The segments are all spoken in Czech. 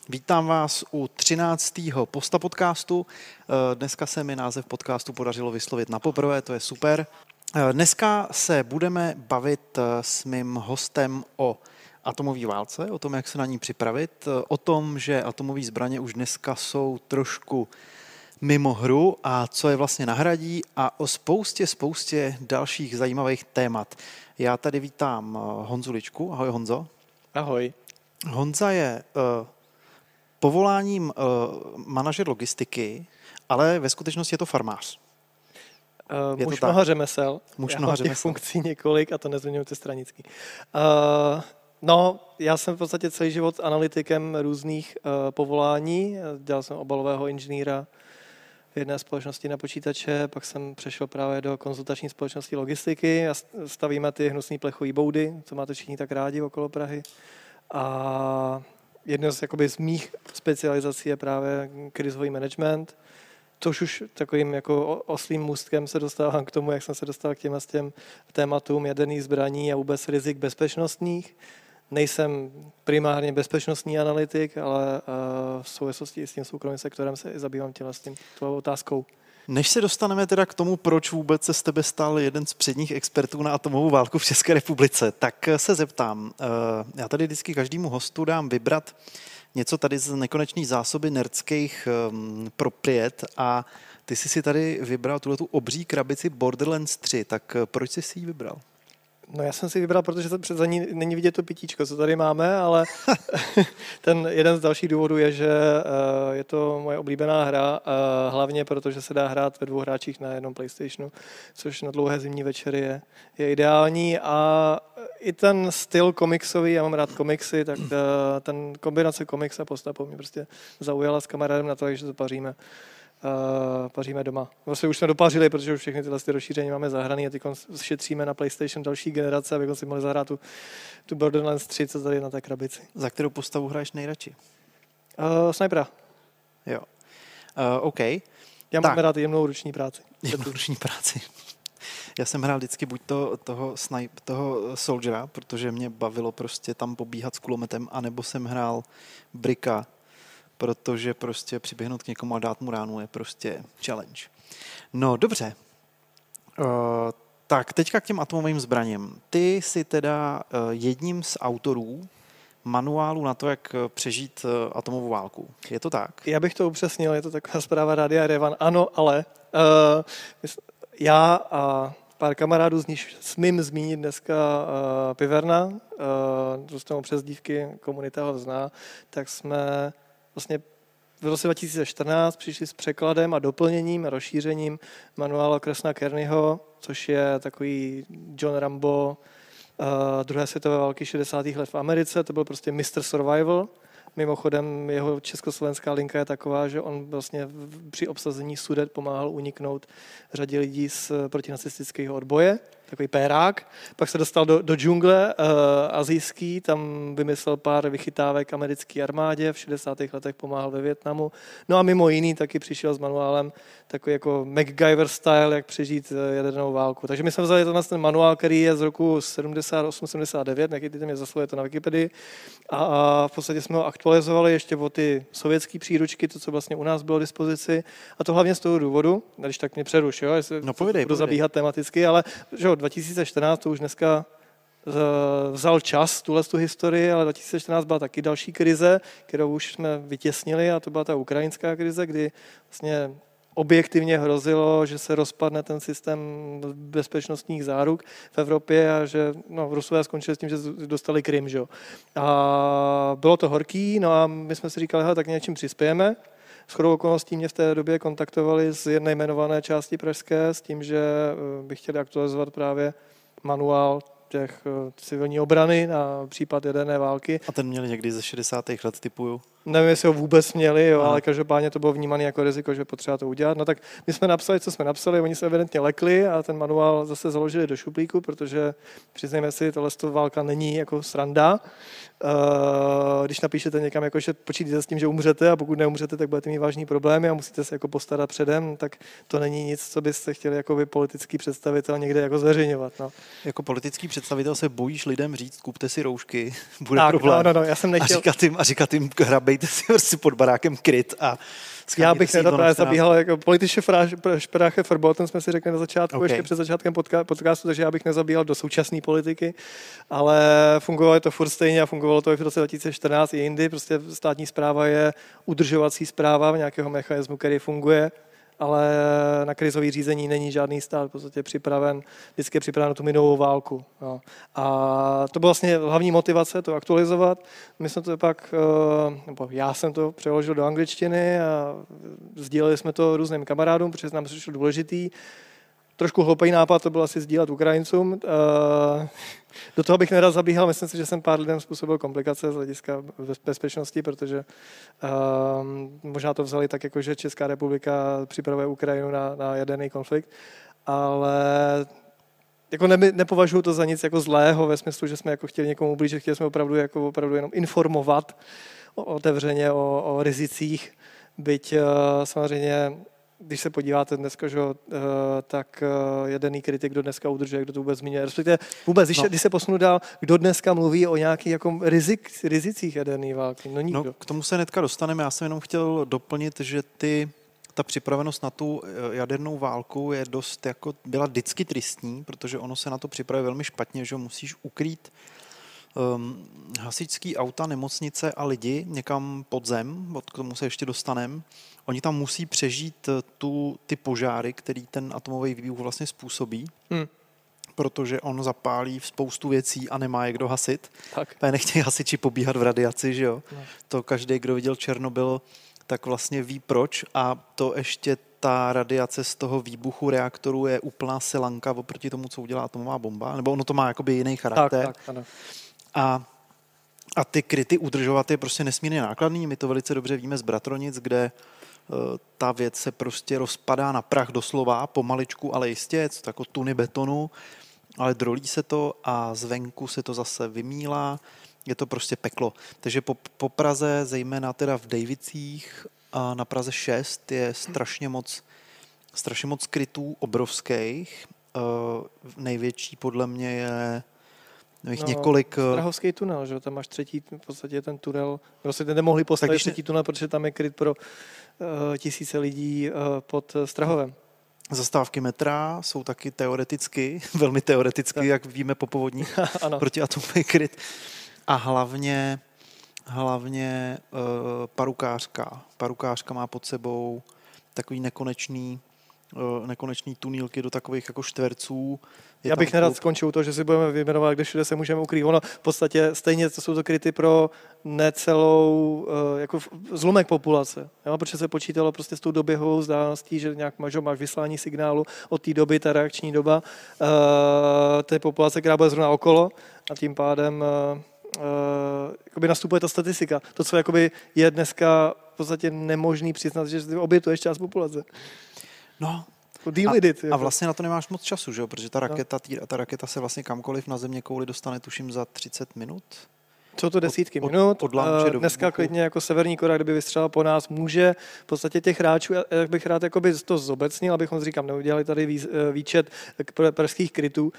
Vítám vás u 13. Posta podcastu. Dneska se mi název podcastu podařilo vyslovit napoprvé, to je super. Dneska se budeme bavit s mým hostem o atomové válce, o tom, jak se na ní připravit, o tom, že atomové zbraně už dneska jsou trošku mimo hru a co je vlastně nahradí a o spoustě dalších zajímavých témat. Já tady vítám Honzu Ličku. Ahoj Honzo. Ahoj. Honza je povoláním manažer logistiky, ale ve skutečnosti je to farmář. Muž mnoha řemesel. Muž mnoha řemesel. Těch funkcí několik a to nezmiňuji ty stranický. Já jsem v podstatě celý život analytikem různých povolání. Dělal jsem obalového inženýra v jedné společnosti na počítače, pak jsem přešel právě do konzultační společnosti logistiky a stavíme ty hnusný plechový boudy, co máte všichni tak rádi okolo Prahy. A jedno z mých specializací je právě krizový management, což už takovým jako oslým můstkem se dostávám k tomu, jak jsem se dostal k těm tématům jaderných zbraní a vůbec rizik bezpečnostních. Nejsem primárně bezpečnostní analytik, ale v souvislosti s tím soukromým sektorem se i zabývám tou otázkou. Než se dostaneme teda k tomu, proč vůbec se z tebe stal jeden z předních expertů na atomovou válku v České republice, tak se zeptám. Já tady vždycky každému hostu dám vybrat něco tady z nekonečné zásoby nerdských propriet a ty jsi si tady vybral tuhletu obří krabici Borderlands 3, tak proč jsi si ji vybral? No já jsem si vybral, protože za ní není vidět to pitíčko, co tady máme, ale ten jeden z dalších důvodů je, že je to moje oblíbená hra, hlavně protože se dá hrát ve 2 hráčích na jednom PlayStationu, což na dlouhé zimní večery je ideální a i ten styl komiksový, já mám rád komiksy, tak ten kombinace komiks a postapo mě prostě zaujala s kamarádem na to, že to paříme doma. Vlastně už jsme dopařili, protože už všechny tyhle rozšíření máme zahraný a teď šetříme na PlayStation další generace, abychom si mohli zahrát tu Borderlands 3, co tady na té krabici. Za kterou postavu hraješ nejradši? Snipera. Jo. OK. Já mám rád jemnou ruční práci. Jemnou ruční práci. Já jsem hrál vždycky buď toho Soldiera, protože mě bavilo prostě tam pobíhat s kulometem, anebo jsem hrál Bricka, protože prostě přiběhnout k někomu a dát mu ránu je prostě challenge. No dobře, tak teďka k těm atomovým zbraním. Ty jsi teda jedním z autorů manuálu na to, jak přežít atomovou válku. Je to tak? Já bych to upřesnil, je to taková zpráva Rádia Revan. Ano, ale já a pár kamarádů, z nich smím zmínit dneska Piverna, dostanou přezdívky, komunita ho zná, tak jsme vlastně v roce 2014 přišli s překladem a doplněním a rozšířením manuálu Kresna Kearneyho, což je takový John Rambo druhé světové války 60. let v Americe. To byl prostě Mr. Survival. Mimochodem jeho československá linka je taková, že on vlastně při obsazení Sudet pomáhal uniknout řadě lidí z protinacistického odboje, takový pérák. Pak se dostal do džungle asijský, tam vymyslel pár vychytávek americké armádě, v 60. letech pomáhal ve Vietnamu. No a mimo jiný taky přišel s manuálem takový jako MacGyver style, jak přežít jadernou válku. Takže my jsme vzali ten manuál, který je z roku 78-79, někdy mě zasluje to na Wikipedii, a v podstatě jsme ho aktualizovali ještě o ty sovětské příručky, to, co vlastně u nás bylo k dispozici. A to hlavně z toho důvodu, když tak mě přeruš, jo, jestli budu zabíhat tematicky, ale že 2014 to už dneska vzal čas, tu historii, ale 2014 byla taky další krize, kterou už jsme vytěsnili, a to byla ta ukrajinská krize, kdy vlastně objektivně hrozilo, že se rozpadne ten systém bezpečnostních záruk v Evropě a že Rusové skončili s tím, že dostali Krym. Že? A bylo to horký, no a my jsme si říkali, tak něčím přispějeme. Shodou okolností mě v té době kontaktovali z jedné jmenované části pražské s tím, že by chtěli aktualizovat právě manuál těch civilní obrany na případ jaderné války. A ten měli někdy ze 60. let, typuju? Nevím, jestli ho vůbec měli, jo, ale každopádně to bylo vnímané jako riziko, že potřeba to udělat. No tak my jsme napsali, co jsme napsali, oni se evidentně lekli a ten manuál zase založili do šuplíku, protože přiznejme si, tohle válka není jako sranda. Když napíšete někam, jako, že počítáte s tím, že umřete, a pokud neumřete, tak budete mít vážný problémy a musíte se jako postarat předem, tak to není nic, co byste chtěli jako vy politický představitel někde jako zveřejňovat. No. Jako politický představitel se bojíš lidem říct, kupte si roušky, bude problém. No, já jsem nechtěl... A říkat jim hrabe bejte si prostě pod barákem kryt a já bych nerad právě zabíhal jako politische Sprache verboten, jsme si řekli na začátku, ještě před začátkem podcastu, takže já bych nezabíhal do současné politiky, ale fungovalo to furt stejně a fungovalo to i v roce 2014 i jindy. Prostě státní správa je udržovací správa nějakého mechanismu, který funguje, ale na krizové řízení není žádný stát v podstatě připraven, vždycky je připraven na tu minulou válku. No. A to byla vlastně hlavní motivace to aktualizovat. My jsme to pak, nebo já jsem to přeložil do angličtiny a sdíleli jsme to různým kamarádům, protože nám přišlo důležitý. Trošku hloupý nápad to bylo asi sdílet Ukrajincům. Do toho bych nerad zabíhal, myslím si, že jsem pár lidem způsobil komplikace z hlediska bezpečnosti, protože možná to vzali tak, jako že Česká republika připravuje Ukrajinu na jaderný konflikt, ale jako nepovažuji to za nic jako zlého ve smyslu, že jsme jako chtěli někomu ublížit, chtěli jsme opravdu jenom informovat otevřeně o rizicích, byť samozřejmě když se podíváte dneska, že, tak jedený kritik, kdo dneska udržuje, kdo to vůbec zmiňuje. Respektive vůbec, když se posunu dál, kdo dneska mluví o nějakých jako rizicích jaderné války? No nikdo. No, k tomu se hnedka dostaneme. Já jsem jenom chtěl doplnit, že ta připravenost na tu jadernou válku je dost jako, byla vždycky tristní, protože ono se na to připravuje velmi špatně, že musíš ukrýt hasičský auta, nemocnice a lidi někam pod zem, k tomu se ještě dostaneme. Oni tam musí přežít ty požáry, který ten atomový výbuch vlastně způsobí, protože on zapálí spoustu věcí a nemá je kdo hasit. Tak. Nechtějí hasiči pobíhat v radiaci, že jo? No. To každý, kdo viděl Černobyl, tak vlastně ví proč a to ještě ta radiace z toho výbuchu reaktoru je úplná selanka oproti tomu, co udělá atomová bomba, nebo ono to má jakoby jiný charakter. Tak, ano. A ty kryty udržovat je prostě nesmírně nákladný. My to velice dobře víme z Bratronic, kde ta věc se prostě rozpadá na prach doslova, pomaličku, ale jistě, je to jako tuny betonu, ale drolí se to a zvenku se to zase vymílá. Je to prostě peklo. Takže po Praze, zejména teda v Dejvicích a na Praze 6 je strašně moc krytů obrovských. Největší podle mě je několik... Strahovský tunel, že tam máš třetí, v podstatě ten tunel, prostě nemohli postavit třetí tunel, protože tam je kryt pro tisíce lidí pod Strahovem. Zastávky metra jsou taky teoreticky, velmi teoreticky, jak víme po povodních, protiatomový kryt. A hlavně parukářka. Parukářka má pod sebou takový nekonečný tunýlky do takových jako čtverců. Já bych nerad skončil to, že si budeme vyjmenovat, kde všude se můžeme ukrýt. Ono v podstatě stejně to jsou to kryty pro necelou jako zlomek populace. Jo? Protože se počítalo prostě s tou doběhovou vzdáleností, že nějak máš vyslání signálu od té doby, ta reakční doba té populace, která bude zrovna okolo a tím pádem jakoby nastupuje ta statistika. To, co jakoby je dneska v podstatě nemožný přiznat, že obětuješ část populace. No, a vlastně na to nemáš moc času, že jo? Protože ta raketa se vlastně kamkoliv na země kouli dostane, tuším, za 30 minut. Jsou to desítky minut. Dneska klidně jako Severní Korea, kdyby vystřelila po nás, může v podstatě těch hráčů, jak bych rád jakoby to zobecnil, abychom říkám, neudělali tady výčet pražských krytů.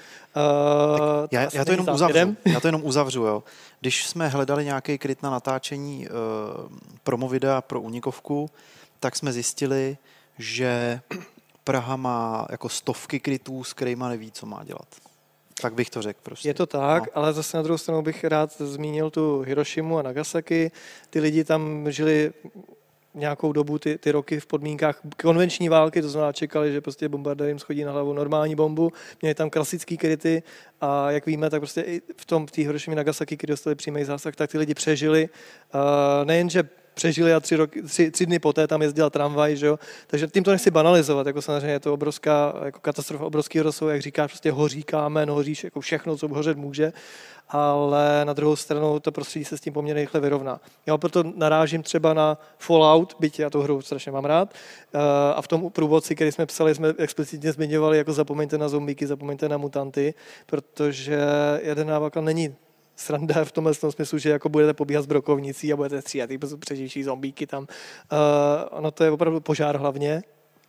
Já to jenom uzavřu. Jo. Když jsme hledali nějaký kryt na natáčení promovidea pro Unikovku, tak jsme zjistili, že Praha má jako stovky krytů, s kterýma neví, co má dělat. Tak bych to řekl prostě. Je to tak, ale zase na druhou stranu bych rád zmínil tu Hirošimu a Nagasaki. Ty lidi tam žili nějakou dobu, ty roky v podmínkách konvenční války, to znamená čekali, že prostě bombardér jim schodí na hlavu normální bombu. Měli tam klasický kryty a jak víme, tak prostě i v té Hirošimě Nagasaki, kdy dostali přímý zásah, tak ty lidi přežili. Nejenže přežili a 3 dny poté tam jezdila tramvaj, že jo? Takže tím to nechci banalizovat, jako samozřejmě je to obrovská jako katastrofa, obrovský rozsah, jak říkáš, prostě hoří kámen, hoříš jako všechno, co hořet může, ale na druhou stranu to prostředí se s tím poměrně rychle vyrovná. Já proto narážím třeba na Fallout, byť já tu hru strašně mám rád, a v tom průvodci, který jsme psali, jsme explicitně zmiňovali, jako zapomeňte na zombíky, zapomeňte na mutanty, protože jaderná válka není sranda v tomhle smyslu, že jako budete pobíhat s brokovnicí a budete střílet přeživší zombíky tam. Ono to je opravdu požár hlavně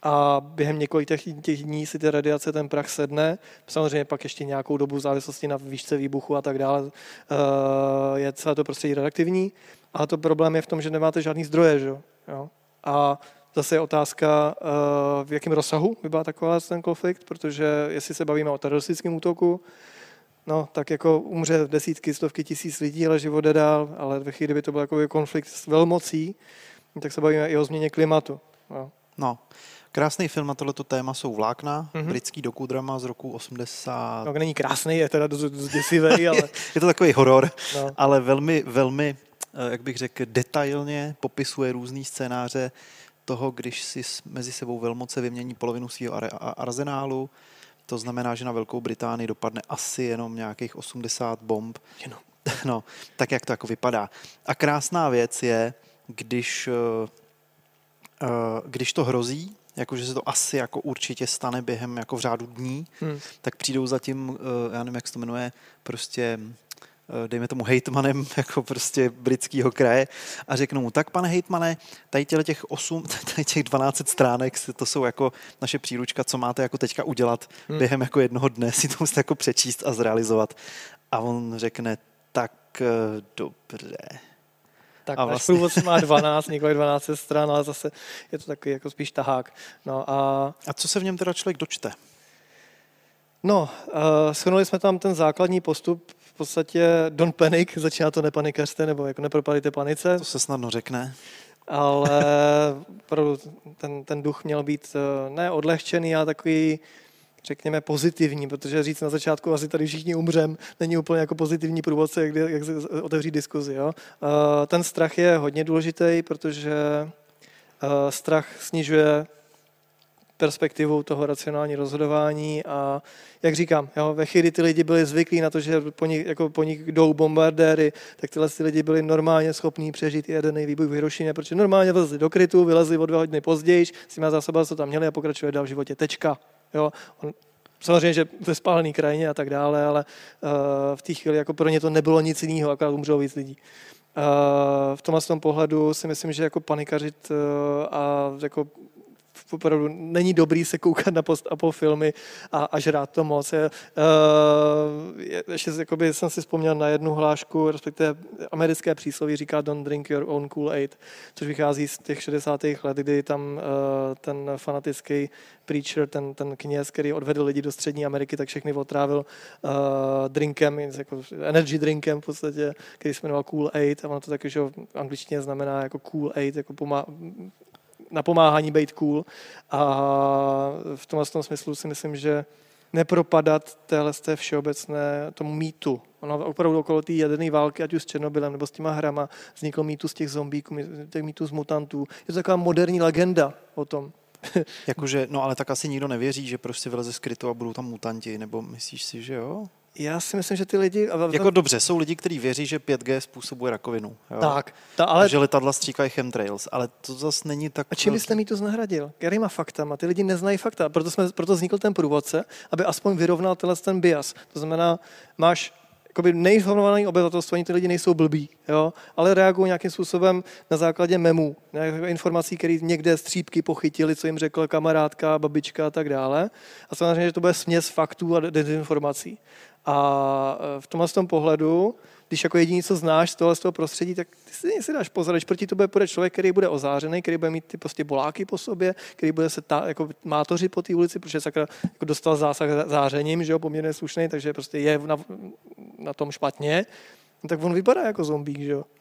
a během několik těch dní si ty radiace, ten prach sedne. Samozřejmě pak ještě nějakou dobu v závislosti na výšce výbuchu a tak dále je celé to prostředí radioaktivní. A to problém je v tom, že nemáte žádný zdroje. Že? Jo? A zase je otázka, v jakém rozsahu by byla taková ten konflikt, protože jestli se bavíme o teroristickém útoku, no, tak jako umře desítky, stovky tisíc lidí, ale život jde dál, ale ve chvíli, kdyby to byl jako konflikt s velmocí, tak se bavíme i o změně klimatu. No. Krásný film na tohleto téma jsou Vlákna, britský dokudrama z roku 80. No, není krásný, je teda dost děsivý, ale... Je to takový horor, ale velmi, velmi, jak bych řekl, detailně popisuje různý scénáře toho, když si mezi sebou velmoce vymění polovinu svého arzenálu. To znamená, že na Velkou Británii dopadne asi jenom nějakých 80 bomb. No, tak jak to jako vypadá. A krásná věc je, když to hrozí, jakože se to asi jako určitě stane během jako v řádu dní, tak přijdou za tím, já nevím, jak se to jmenuje, prostě dejme tomu hejtmanem jako prostě britského kraje a řeknou mu, tak pane hejtmane, tady těch 12 stránek, to jsou jako naše příručka, co máte jako teďka udělat během jako jednoho dne, si to musíte jako přečíst a zrealizovat. A on řekne, tak dobře. Tak a vlastně... průvodce má 12, několik 12 stran, ale zase je to takový jako spíš tahák. No a co se v něm teda člověk dočte? No, shrnuli jsme tam ten základní postup, v podstatě don't panic, začíná to nepanikařte, nebo jako nepropadejte panice. To se snadno řekne. Ale opravdu ten duch měl být ne odlehčený, ale takový, řekněme, pozitivní, protože říct na začátku asi tady všichni umřem, není úplně jako pozitivní průvodce, jak se otevřít diskuzi. Jo? Ten strach je hodně důležitý, protože strach snižuje perspektivu toho racionální rozhodování a jak říkám, jo, ve chvíli ty lidi byli zvyklí na to, že po nich jdou bombardéry, tak tyhle lidi byli normálně schopní přežít i jaderný výbuch v Hirošimě, protože normálně vylezli do krytu, vylezli o 2 hodiny později, s těma zásobami, co tam měli a pokračuje dál v životě. Tečka. Jo. Samozřejmě, že ve spálený krajině a tak dále, ale v té chvíli jako pro ně to nebylo nic jiného, akorát umřelo víc lidí. V tomhle pohledu si myslím, že jako panikařit a jako opravdu není dobrý se koukat na post-apo filmy a žrát to moc. Ještě jsem si vzpomněl na jednu hlášku, respektive americké přísloví říká don't drink your own Kool-Aid, což vychází z těch 60. let, kdy tam ten fanatický preacher, ten kněz, který odvedl lidi do Střední Ameriky, tak všechny otrávil drinkem, jako energy drinkem v podstatě, který se jmenoval Kool-Aid a ono to taky, že v angličtině znamená jako Kool-Aid, jako napomáhání být cool a v tomhle smyslu si myslím, že nepropadat té všeobecné tomu mýtu. Ono opravdu okolo té jaderné války, ať už s Černobylem nebo s těma hrama, vznikl mýtus z těch zombíků, těch mýtus mutantů. Je to taková moderní legenda o tom. Jakože, no ale tak asi nikdo nevěří, že prostě vyleze z krytu a budou tam mutanti, nebo myslíš si, že jo? Já si myslím, že ty lidi... Jako dobře, jsou lidi, kteří věří, že 5G způsobuje rakovinu. Jo? Tak. Ale... Že letadla stříkají chemtrails, ale to zase není tak... A čím byste mýtus nahradil? Kterýma faktama? Ty lidi neznají fakta, proto vznikl ten průvodce, aby aspoň vyrovnal ten bias. To znamená, máš nejinformované obyvatelstvo, ani ty lidi nejsou blbí, jo? Ale reagují nějakým způsobem na základě memů, informací, které někde střípky pochytili, co jim řekla kamarádka, babička a tak dále. A samozřejmě, že to bude směs faktů a dezinformací. A v tomhle pohledu, když jako jediný, co znáš z toho prostředí, tak ty si dáš pozor, když proti tobě bude člověk, který bude ozářený, který bude mít ty prostě boláky po sobě, který bude se jako mátořit po té ulici, protože sakra jako dostal zásah zářením, že jo, poměrně slušný, takže prostě je na tom špatně, no tak on vypadá jako zombík, že jo.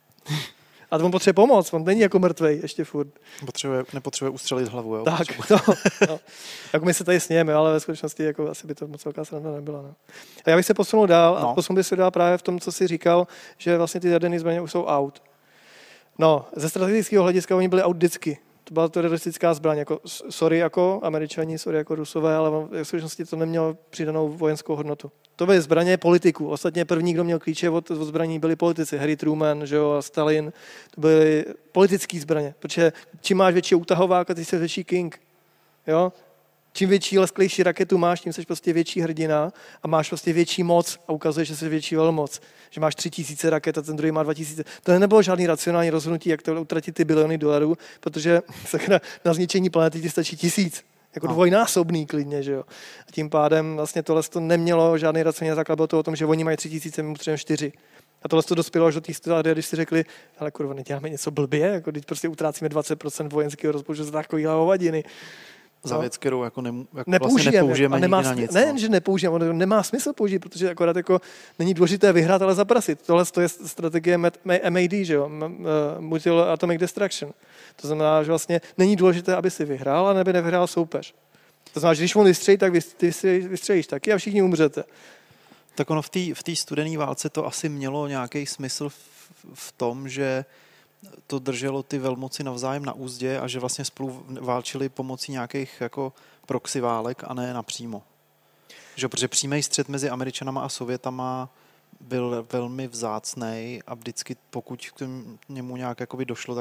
A on potřebuje pomoc, on není jako mrtvej, ještě furt. Nepotřebuje ustřelit hlavu, jo? Tak, no. Jako my se tady snějeme, ale ve skutečnosti jako asi by to moc velká sranda nebyla. No. A já bych se posunul dál a posunul bych se dál právě v tom, co jsi říkal, že vlastně ty jaderné zbraně už jsou out. No, ze strategického hlediska oni byli out vždycky. To byla teroristická zbraň, jako sorry jako Američani, sorry jako Rusové, ale v skutečnosti to nemělo přidanou vojenskou hodnotu. To byly zbraně politiků. Ostatně první, kdo měl klíče od zbraní, byli politici. Harry Truman, že jo, a Stalin. To byly politické zbraně, protože čím máš větší utahovák, ty jsi větší king. Jo? čím větší lesklejší raketu máš, tím jsi prostě větší hrdina a máš prostě větší moc a ukazuje, že jsi větší velmoc. Že máš 3000 raket a ten druhý má 2000. To nebylo žádný racionální rozhodnutí, jak to utratit ty biliony dolarů, protože na zničení planety ti stačí 1000. Jako dvojnásobný klidně, že jo. A tím pádem vlastně tohle to nemělo žádný racionální základ, bylo to o tom, že oni mají 3000, my potřebujeme 4. A tohle to dospělo až do té stádia, když si řekli, ale kurva, neděláme něco blbě, jako když prostě utrácíme 20% vojenského rozpočtu za takovýhle hovadiny. Za věc, kterou jako vlastně nepoužijeme nikdy na nic. Ne, že nepoužijeme, on nemá smysl použít, protože akorát jako není důležité vyhrát, ale zaprasit. Tohle je strategie MAD, že jo? Multiple Atomic Destruction. To znamená, že vlastně není důležité, aby si vyhrál, a neby nevyhrál soupeř. To znamená, že když on vystřelí, tak ty vystřelíš taky a všichni umřete. Tak ono v té studené válce to asi mělo nějaký smysl v tom, že to drželo ty velmoci navzájem na úzdě a že vlastně spolu válčili pomocí nějakých jako proxy válek a ne napřímo. Že, protože přímý střet mezi Američanama a Sovětama byl velmi vzácnej a vždycky, pokud k němu nějak jakoby došlo,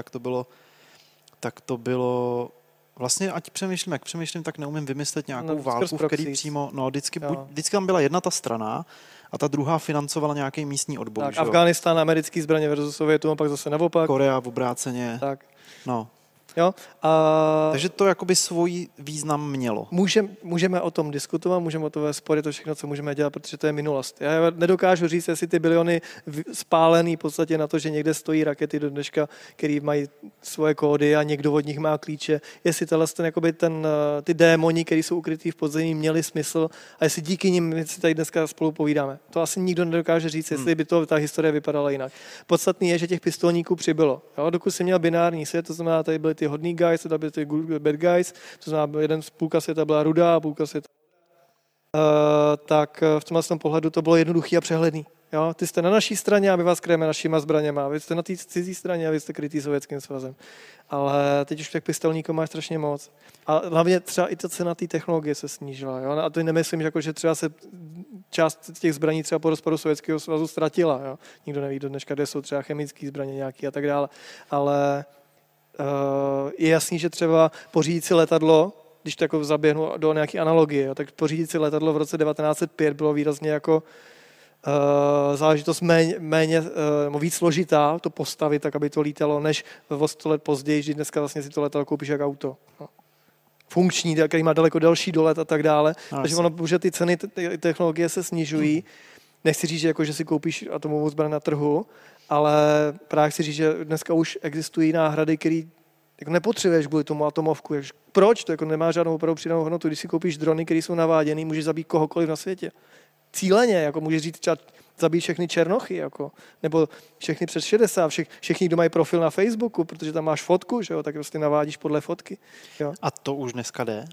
tak to bylo vlastně, ať přemýšlím, jak přemýšlím, tak neumím vymyslet nějakou válku, v který přímo, vždycky tam byla jedna ta strana a ta druhá financovala nějaký místní odboj. Tak, Afghánistán, americký zbraně versus Sovětům a pak zase naopak. Korea v obráceně. Tak. No. Jo? Takže to jakoby svůj význam mělo. Můžeme o tom diskutovat, můžeme o to vést spory, to všechno, co můžeme dělat, protože to je minulost. Já nedokážu říct, jestli ty biliony spálený v podstatě na to, že někde stojí rakety do dneška, který mají svoje kódy a někdo od nich má klíče, jestli ty démoni, který jsou ukrytý v podzemí, měli smysl a jestli díky nim si tady dneska spolu povídáme. To asi nikdo nedokáže říct, jestli by ta historie vypadala jinak. Podstatný je, že těch pistolníků přibylo. Jo? Dokud jsi měl binární svět, to znamená, tady byly ty hodný guys, tady byly ty bad guys, to znamená, půlka světa byla rudá a půlka světa. Tak v tomhle pohledu to bylo jednoduchý a přehledný. Jo? Ty jste na naší straně a my vás kryjeme našima zbraněma. Vy jste na té cizí straně a vy jste krytý Sovětským svazem. Ale teď už těch pistolníků máš strašně moc. A hlavně třeba i ta cena té technologie se snížila. Jo? A to nemyslím, že třeba se část těch zbraní třeba po rozpadu Sovětského svazu ztratila. Jo? Nikdo neví do dneška, kde jsou třeba chemické zbraně nějaké a tak dále. Ale je jasný, že třeba pořídit si letadlo, když to jako zaběhnu do nějaké analogie, tak pořídit si letadlo v roce 1905 bylo výrazně jako záležitost víc složitá to postavit, tak aby to lítalo, než o 100 let později, když dneska vlastně si to letadlo koupíš jak auto. No. Funkční, který má daleko delší dolet a tak dále. Takže že ty ceny technologie se snižují. Nechci říct, že si koupíš atomovou zbraň na trhu, ale právě chci říct, že dneska už existují náhrady, které jako nepotřebuješ kvůli tomu atomovku. Proč? To jako nemá žádnou opravdu přidanou hodnotu. Když si koupíš drony, které jsou naváděny, můžeš zabít kohokoliv na světě. Cíleně, jako můžeš říct třeba zabít všechny černochy, jako, nebo všechny přes 60, všichni, kdo mají profil na Facebooku, protože tam máš fotku, že jo, tak prostě navádíš podle fotky. Jo. A to už dneska jde?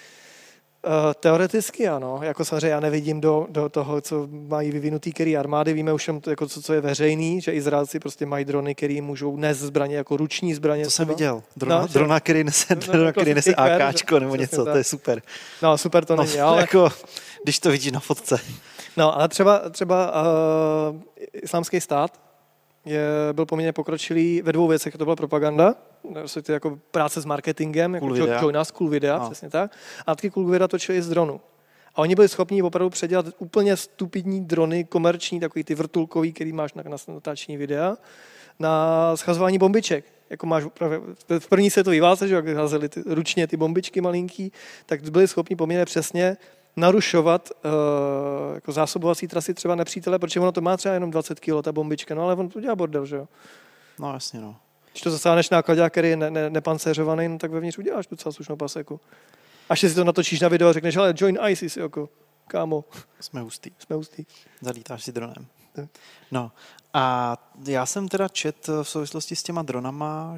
Teoreticky ano, jako samozřejmě já nevidím do toho, co mají vyvinutý který armády, víme už jako co je veřejný, že Izraelci prostě mají drony, který můžou nést zbraně jako ruční zbraně. To jsem viděl, drona, který nese AKčko nebo něco, tak. To je super. No super to není, ale... Jako, když to vidíš na fotce. No ale třeba Islámský stát byl poměrně pokročilý ve dvou věcech, to byla propaganda, jako práce s marketingem, jako cool videa, přesně tak. A taky cool videa točili z dronu. A oni byli schopni opravdu předělat úplně stupidní drony, komerční, takový ty vrtulkový, který máš na natáčení videa, na schazování bombiček. Jako máš v první světové válce, že jak házeli ručně ty bombičky malinký, tak byli schopni poměrně přesně narušovat jako zásobovací trasy třeba nepřítele, protože ono to má třeba jenom 20 kg, ta bombička, no ale on to dělá bordel, že jo? No jasně, no. Když to zasáhneš nákladák, který je nepancéřovaný, no tak vevnitř uděláš docela slušnou paseku. Až si to natočíš na video a řekneš, ale join ISIS, jako, kámo. Jsme hustý. Zalítáš si dronem. No a já jsem teda čet v souvislosti s těma dronama,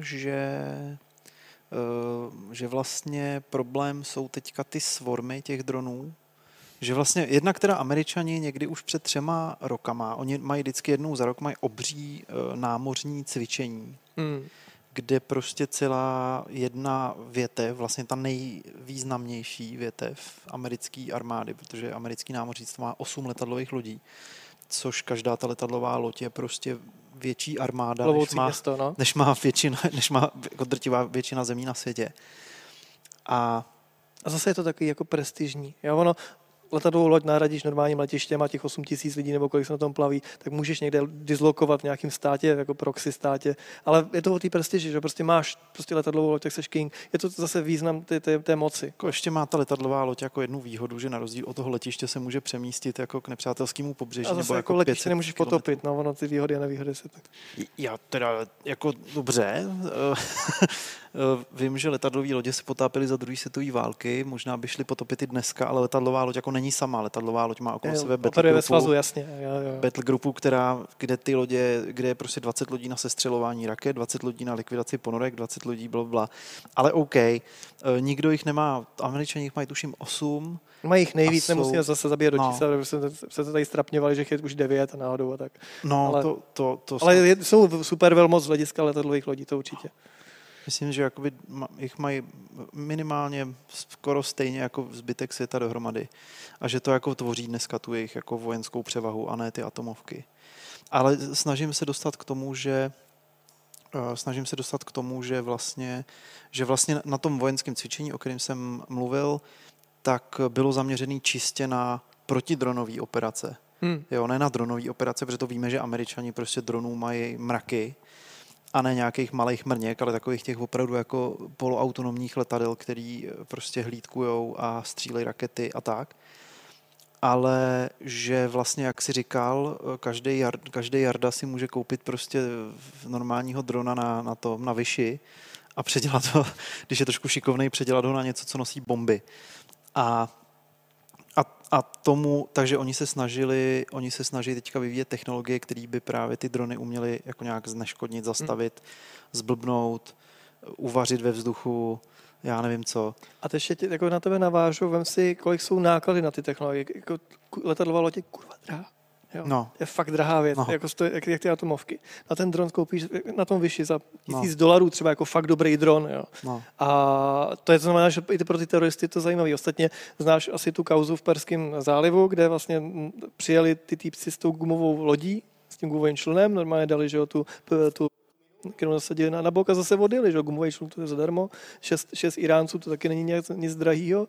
že vlastně problém jsou teďka ty svormy těch dronů, že vlastně jednak teda Američani někdy už před 3 rokama, oni mají vždycky jednou za rok mají obří námořní cvičení, kde prostě celá jedna větev, vlastně ta nejvýznamnější větev americké armády, protože americký námořnictvo má 8 letadlových lodí, což každá ta letadlová loď je prostě větší armáda, než má jako drtivá většina zemí na světě. A A zase je to takový jako prestižní. Jo, ono, letadlovou loď nahradíš normálním letištěm a těch 8 000 lidí nebo kolik se na tom plaví, tak můžeš někde dislokovat v nějakém státě, jako proxy státě, ale je to o té prestiži, že prostě máš prostě letadlovou loď, tak seš king. Je to zase význam té moci. Jako ještě má ta letadlová loď jako jednu výhodu, že na rozdíl od toho letiště se může přemístit jako k nepřátelskému pobřeží. A zase nebo jako letiště nemůžeš potopit, no ono ty výhody a nevýhody se tak. Já teda jako dobře, vím, že letadlové lodě se potápěly za druhé světové války, možná by šly potopit i dneska, ale letadlová loď jako není sama. Letadlová loď má okolo sebe battlegroupu, jasně. Battlegroupu, kde ty lodě, kde je prostě 20 lodí na sestřelování raket, 20 lodí na likvidaci ponorek, 20 lodí blablabla. Ale OK, nikdo jich nemá, Američani jich mají tuším 8. Mají jich nejvíc, nemusíme zase zabíjet do čísla, protože se to tady strapňovali, že je už 9 a náhodou a tak. No, ale jsou super velmoc z hlediska letadlových lodí, to určitě. Myslím, že jakoby jich mají minimálně skoro stejně jako zbytek světa dohromady. A že to jako tvoří dneska tu jejich jako vojenskou převahu a ne ty atomovky. Ale snažím se dostat k tomu, že vlastně na tom vojenském cvičení, o kterém jsem mluvil, tak bylo zaměřený čistě na protidronové operace. Jo, ne na dronové operace, protože to víme, že Američani prostě dronů mají mraky a ne nějakých malých mrněk, ale takových těch opravdu jako poloautonomních letadel, který prostě hlídkujou a střílejí rakety a tak. Ale že vlastně, jak si říkal, každý jarda si může koupit prostě normálního drona na Vyši a předělat ho, když je trošku šikovnej, předělat ho na něco, co nosí bomby. Takže oni se snažili teďka vyvíjet technologie, které by právě ty drony uměly jako nějak zneškodnit, zastavit, zblbnout, uvařit ve vzduchu, já nevím co. A teď ještě jako na tebe navážu, vem si, kolik jsou náklady na ty technologie. Jako letadlová loď je kurva drahá. Jo. No. Je fakt drahá věc, jako jak ty atomovky. Na ten dron koupíš na tom Vyši za $1000 třeba jako fakt dobrý dron. Jo. No. A to znamená, že i pro ty teroristy je to zajímavé. Ostatně znáš asi tu kauzu v Perském zálivu, kde vlastně přijeli ty týpci s tou gumovou lodí, s tím gumovým člunem, normálně dali, že jo, tu kterou nasadili na bok a zase odjeli, že gumový člun to je zadarmo, 6 Iránců, to taky není nic drahýho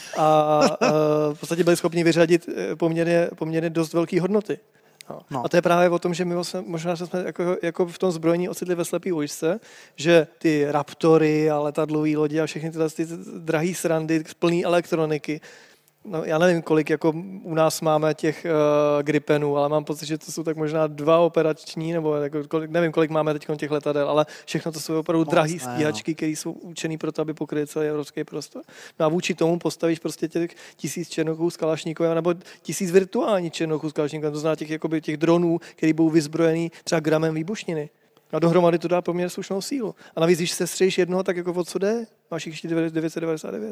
a v podstatě byli schopni vyřadit poměrně dost velké hodnoty. No. A to je právě o tom, že my možná jsme jako v tom zbrojení ocitli ve slepý uličce, že ty Raptory a letadlové lodi a všechny tyhle ty drahý srandy, plný elektroniky, no, já nevím, kolik jako u nás máme těch Gripenů, ale mám pocit, že to jsou tak možná 2 operační, nebo jako, nevím, kolik máme teď těch letadel, ale všechno to jsou opravdu drahé stíhačky, které jsou určené pro to, aby pokryly celý evropský prostor. No a vůči tomu postavíš prostě těch 1000 černochů s Kalašníkovem nebo 1000 virtuální černochů s Kalašníkovem, to znamená těch dronů, který budou vyzbrojený třeba gramem výbušniny. A dohromady to dá poměrně slušnou sílu. A navíc, když se střelíš jednoho, tak jako o co jde? Máš jich 999.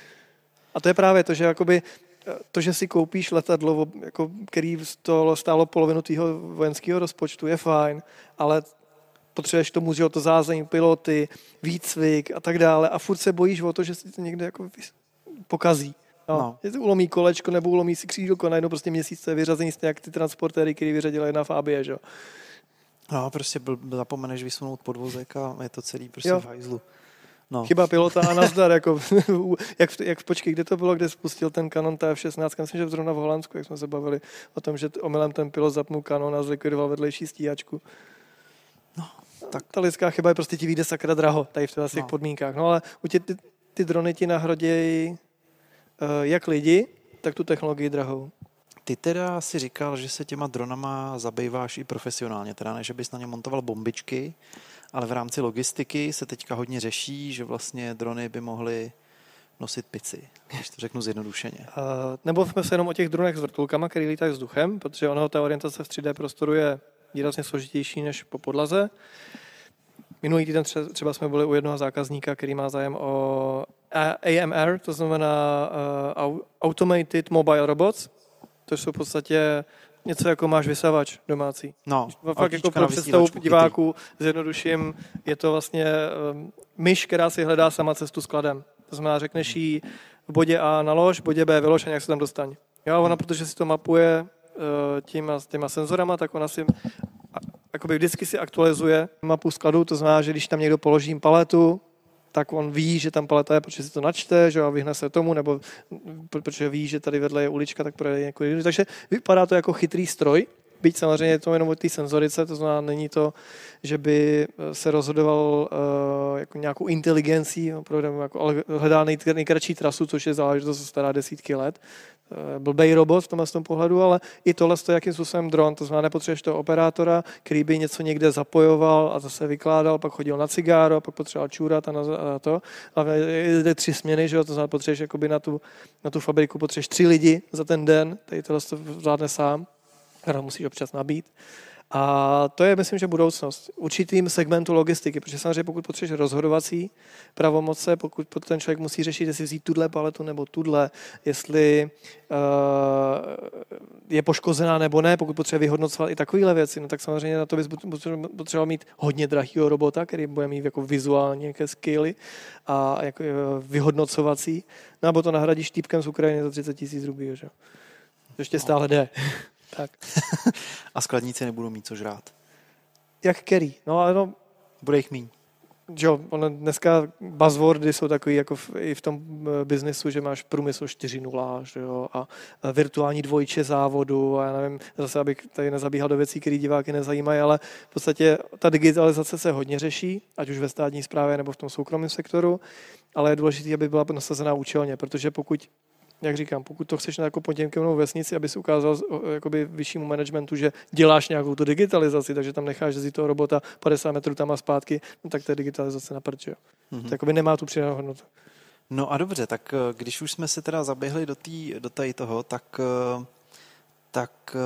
A to je právě to, že jakoby to, že si koupíš letadlo, jako, který stálo polovinu tvýho vojenského rozpočtu, je fajn, ale potřebuješ tomu, že to zázemí, piloty, výcvik a tak dále a furt se bojíš o to, že si to někde jako pokazí. No. Je to ulomí kolečko nebo ulomí si křídlko, najednou prostě měsíc to je vyřazení stejně jak ty transportéry, který vyřadila jedna Fabie, že jo. No, prostě zapomeneš vysunout podvozek a je to celý prostě v hajzlu. No. Chyba pilota a nazdar, jako, počkej, kde to bylo, kde spustil ten kanon TF-16, myslím, že zrovna v Holandsku, jak jsme se bavili o tom, že omylem ten pilot zapnul kanon a zlikvidoval vedlejší stíhačku. No, tak. Ta lidská chyba je prostě ti vyjde sakra draho, tady v těch podmínkách. No ale ty drony ti nahrodějí jak lidi, tak tu technologii drahou. Ty teda si říkal, že se těma dronama zabýváš i profesionálně, teda ne, že bys na ně montoval bombičky, ale v rámci logistiky se teďka hodně řeší, že vlastně drony by mohly nosit pici, když to řeknu zjednodušeně. Nebo jsme se jenom o těch dronech s vrtulkama, který lítají vzduchem, protože ono ta orientace v 3D prostoru je výrazně složitější než po podlaze. Minulý týden třeba jsme byli u jednoho zákazníka, který má zájem o AMR, to znamená Automated Mobile Robots. To jsou v podstatě něco jako máš vysavač domácí. No, fakt jako pro představu diváků zjednoduším, je to vlastně myš, která si hledá sama cestu skladem. To znamená, řekneš jí v bodě A nalož, v bodě B vylož a nějak se tam dostaň. Jo, ona, protože si to mapuje těma senzorama, tak ona si jakoby vždycky si aktualizuje mapu skladu, to znamená, že když tam někdo položí paletu, tak on ví, že tam paleta je, protože si to načte, že a vyhne se tomu, nebo protože ví, že tady vedle je ulička, tak projede jako jiný. Takže vypadá to jako chytrý stroj, byť samozřejmě je to jenom o té senzorice, to znamená, není to, že by se rozhodoval jako nějakou inteligencí, ale hledá nejkratší trasu, což je záležitost stará desítky let. Blbej robot v tomhle pohledu, ale i tohle je jakým způsobem dron, to znamená, nepotřebuješ toho operátora, který by něco někde zapojoval a zase vykládal, pak chodil na cigáro, pak potřeboval čůrat a to. A jde 3 směny, že jo, to znamená, potřebuješ jakoby na tu fabriku potřebuješ 3 lidi za ten den, tady tohle to zvládne sám, která musíš občas nabít. A to je, myslím, že budoucnost. Určitým segmentu logistiky, protože samozřejmě pokud potřebuješ rozhodovací pravomoce, pokud ten člověk musí řešit, jestli vzít tuhle paletu nebo tuhle, jestli je poškozená nebo ne, pokud potřebuje vyhodnocovat i takovéhle věci, no tak samozřejmě na to bys potřeboval mít hodně drahýho robota, který bude mít jako vizuální nějaké skilly a jako vyhodnocovací, no nebo to nahradíš týpkem z Ukrajiny za 30 000 rubí, že? To ještě stále jde. Tak. A skladníci nebudou mít co žrát. Jak který? No, ale no, bude jich míň. Jo, dneska buzzwordy jsou takový jako i v tom biznesu, že máš průmysl 4.0, že jo, a virtuální dvojče závodu a já nevím, zase abych tady nezabíhal do věcí, které diváky nezajímají, ale v podstatě ta digitalizace se hodně řeší, ať už ve státní správě nebo v tom soukromém sektoru, ale je důležité, aby byla nasazená účelně, protože pokud jak říkám, pokud to chceš na jako Potěmkinovou vesnici, aby si ukázal jakoby vyššímu managementu, že děláš nějakou tu digitalizaci, takže tam necháš jezdit toho robota 50 metrů tam a zpátky, no tak to je digitalizace na prd, jo. Mm-hmm. To jakoby nemá tu přidanou hodnotu. No a dobře, tak když už jsme se teda zaběhli do tady toho, tak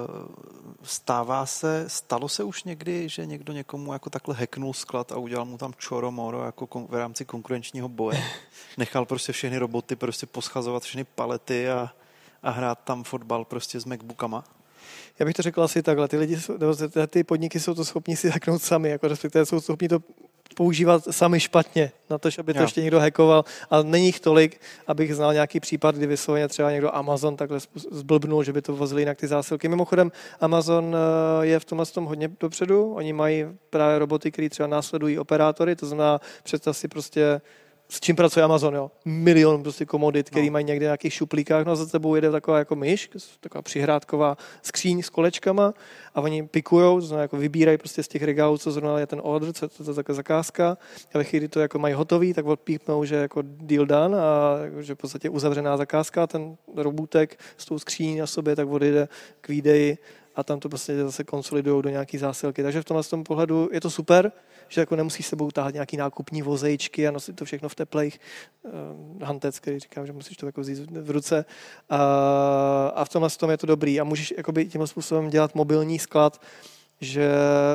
stalo se už někdy, že někdo někomu jako takhle hacknul sklad a udělal mu tam čoro-moro jako v rámci konkurenčního boje. Nechal prostě všechny roboty prostě poschazovat všechny palety a hrát tam fotbal prostě s MacBookama. Já bych to řekl asi takhle. Ty podniky jsou to schopni si hacknout sami, jako respektive jsou schopni to používat sami špatně na to, aby to ještě někdo hackoval. A není jich tolik, abych znal nějaký případ, kdy vysloveně třeba někdo Amazon takhle zblbnul, že by to vozili jinak ty zásilky. Mimochodem Amazon je v tomhle tom hodně dopředu. Oni mají právě roboty, které třeba následují operátory, to znamená představ si prostě s čím pracuje Amazon, jo? Milion prostě komodit, který mají někde v nějakých šuplíkách, no a za tebou jede taková jako myš, taková přihrádková skříň s kolečkama a oni pikujou, to znamená jako vybírají prostě z těch regálů, co zrovna je ten order, co je to taková zakázka a ve chvíli to jako mají hotový, tak odpípnou, že jako deal done a že v podstatě uzavřená zakázka, ten robůtek s tou skříní na sobě tak odjede k výdeji a tam to prostě zase konsolidujou do nějaký zásilky. Takže v tomhle tom pohledu je to super, že jako nemusíš s sebou táhat nějaký nákupní vozejčky a nosit to všechno v teplejch hantec, který říkám, že musíš to jako vzít v ruce. A v tomhle tom je to dobrý. A můžeš jakoby tímhle způsobem dělat mobilní sklad, že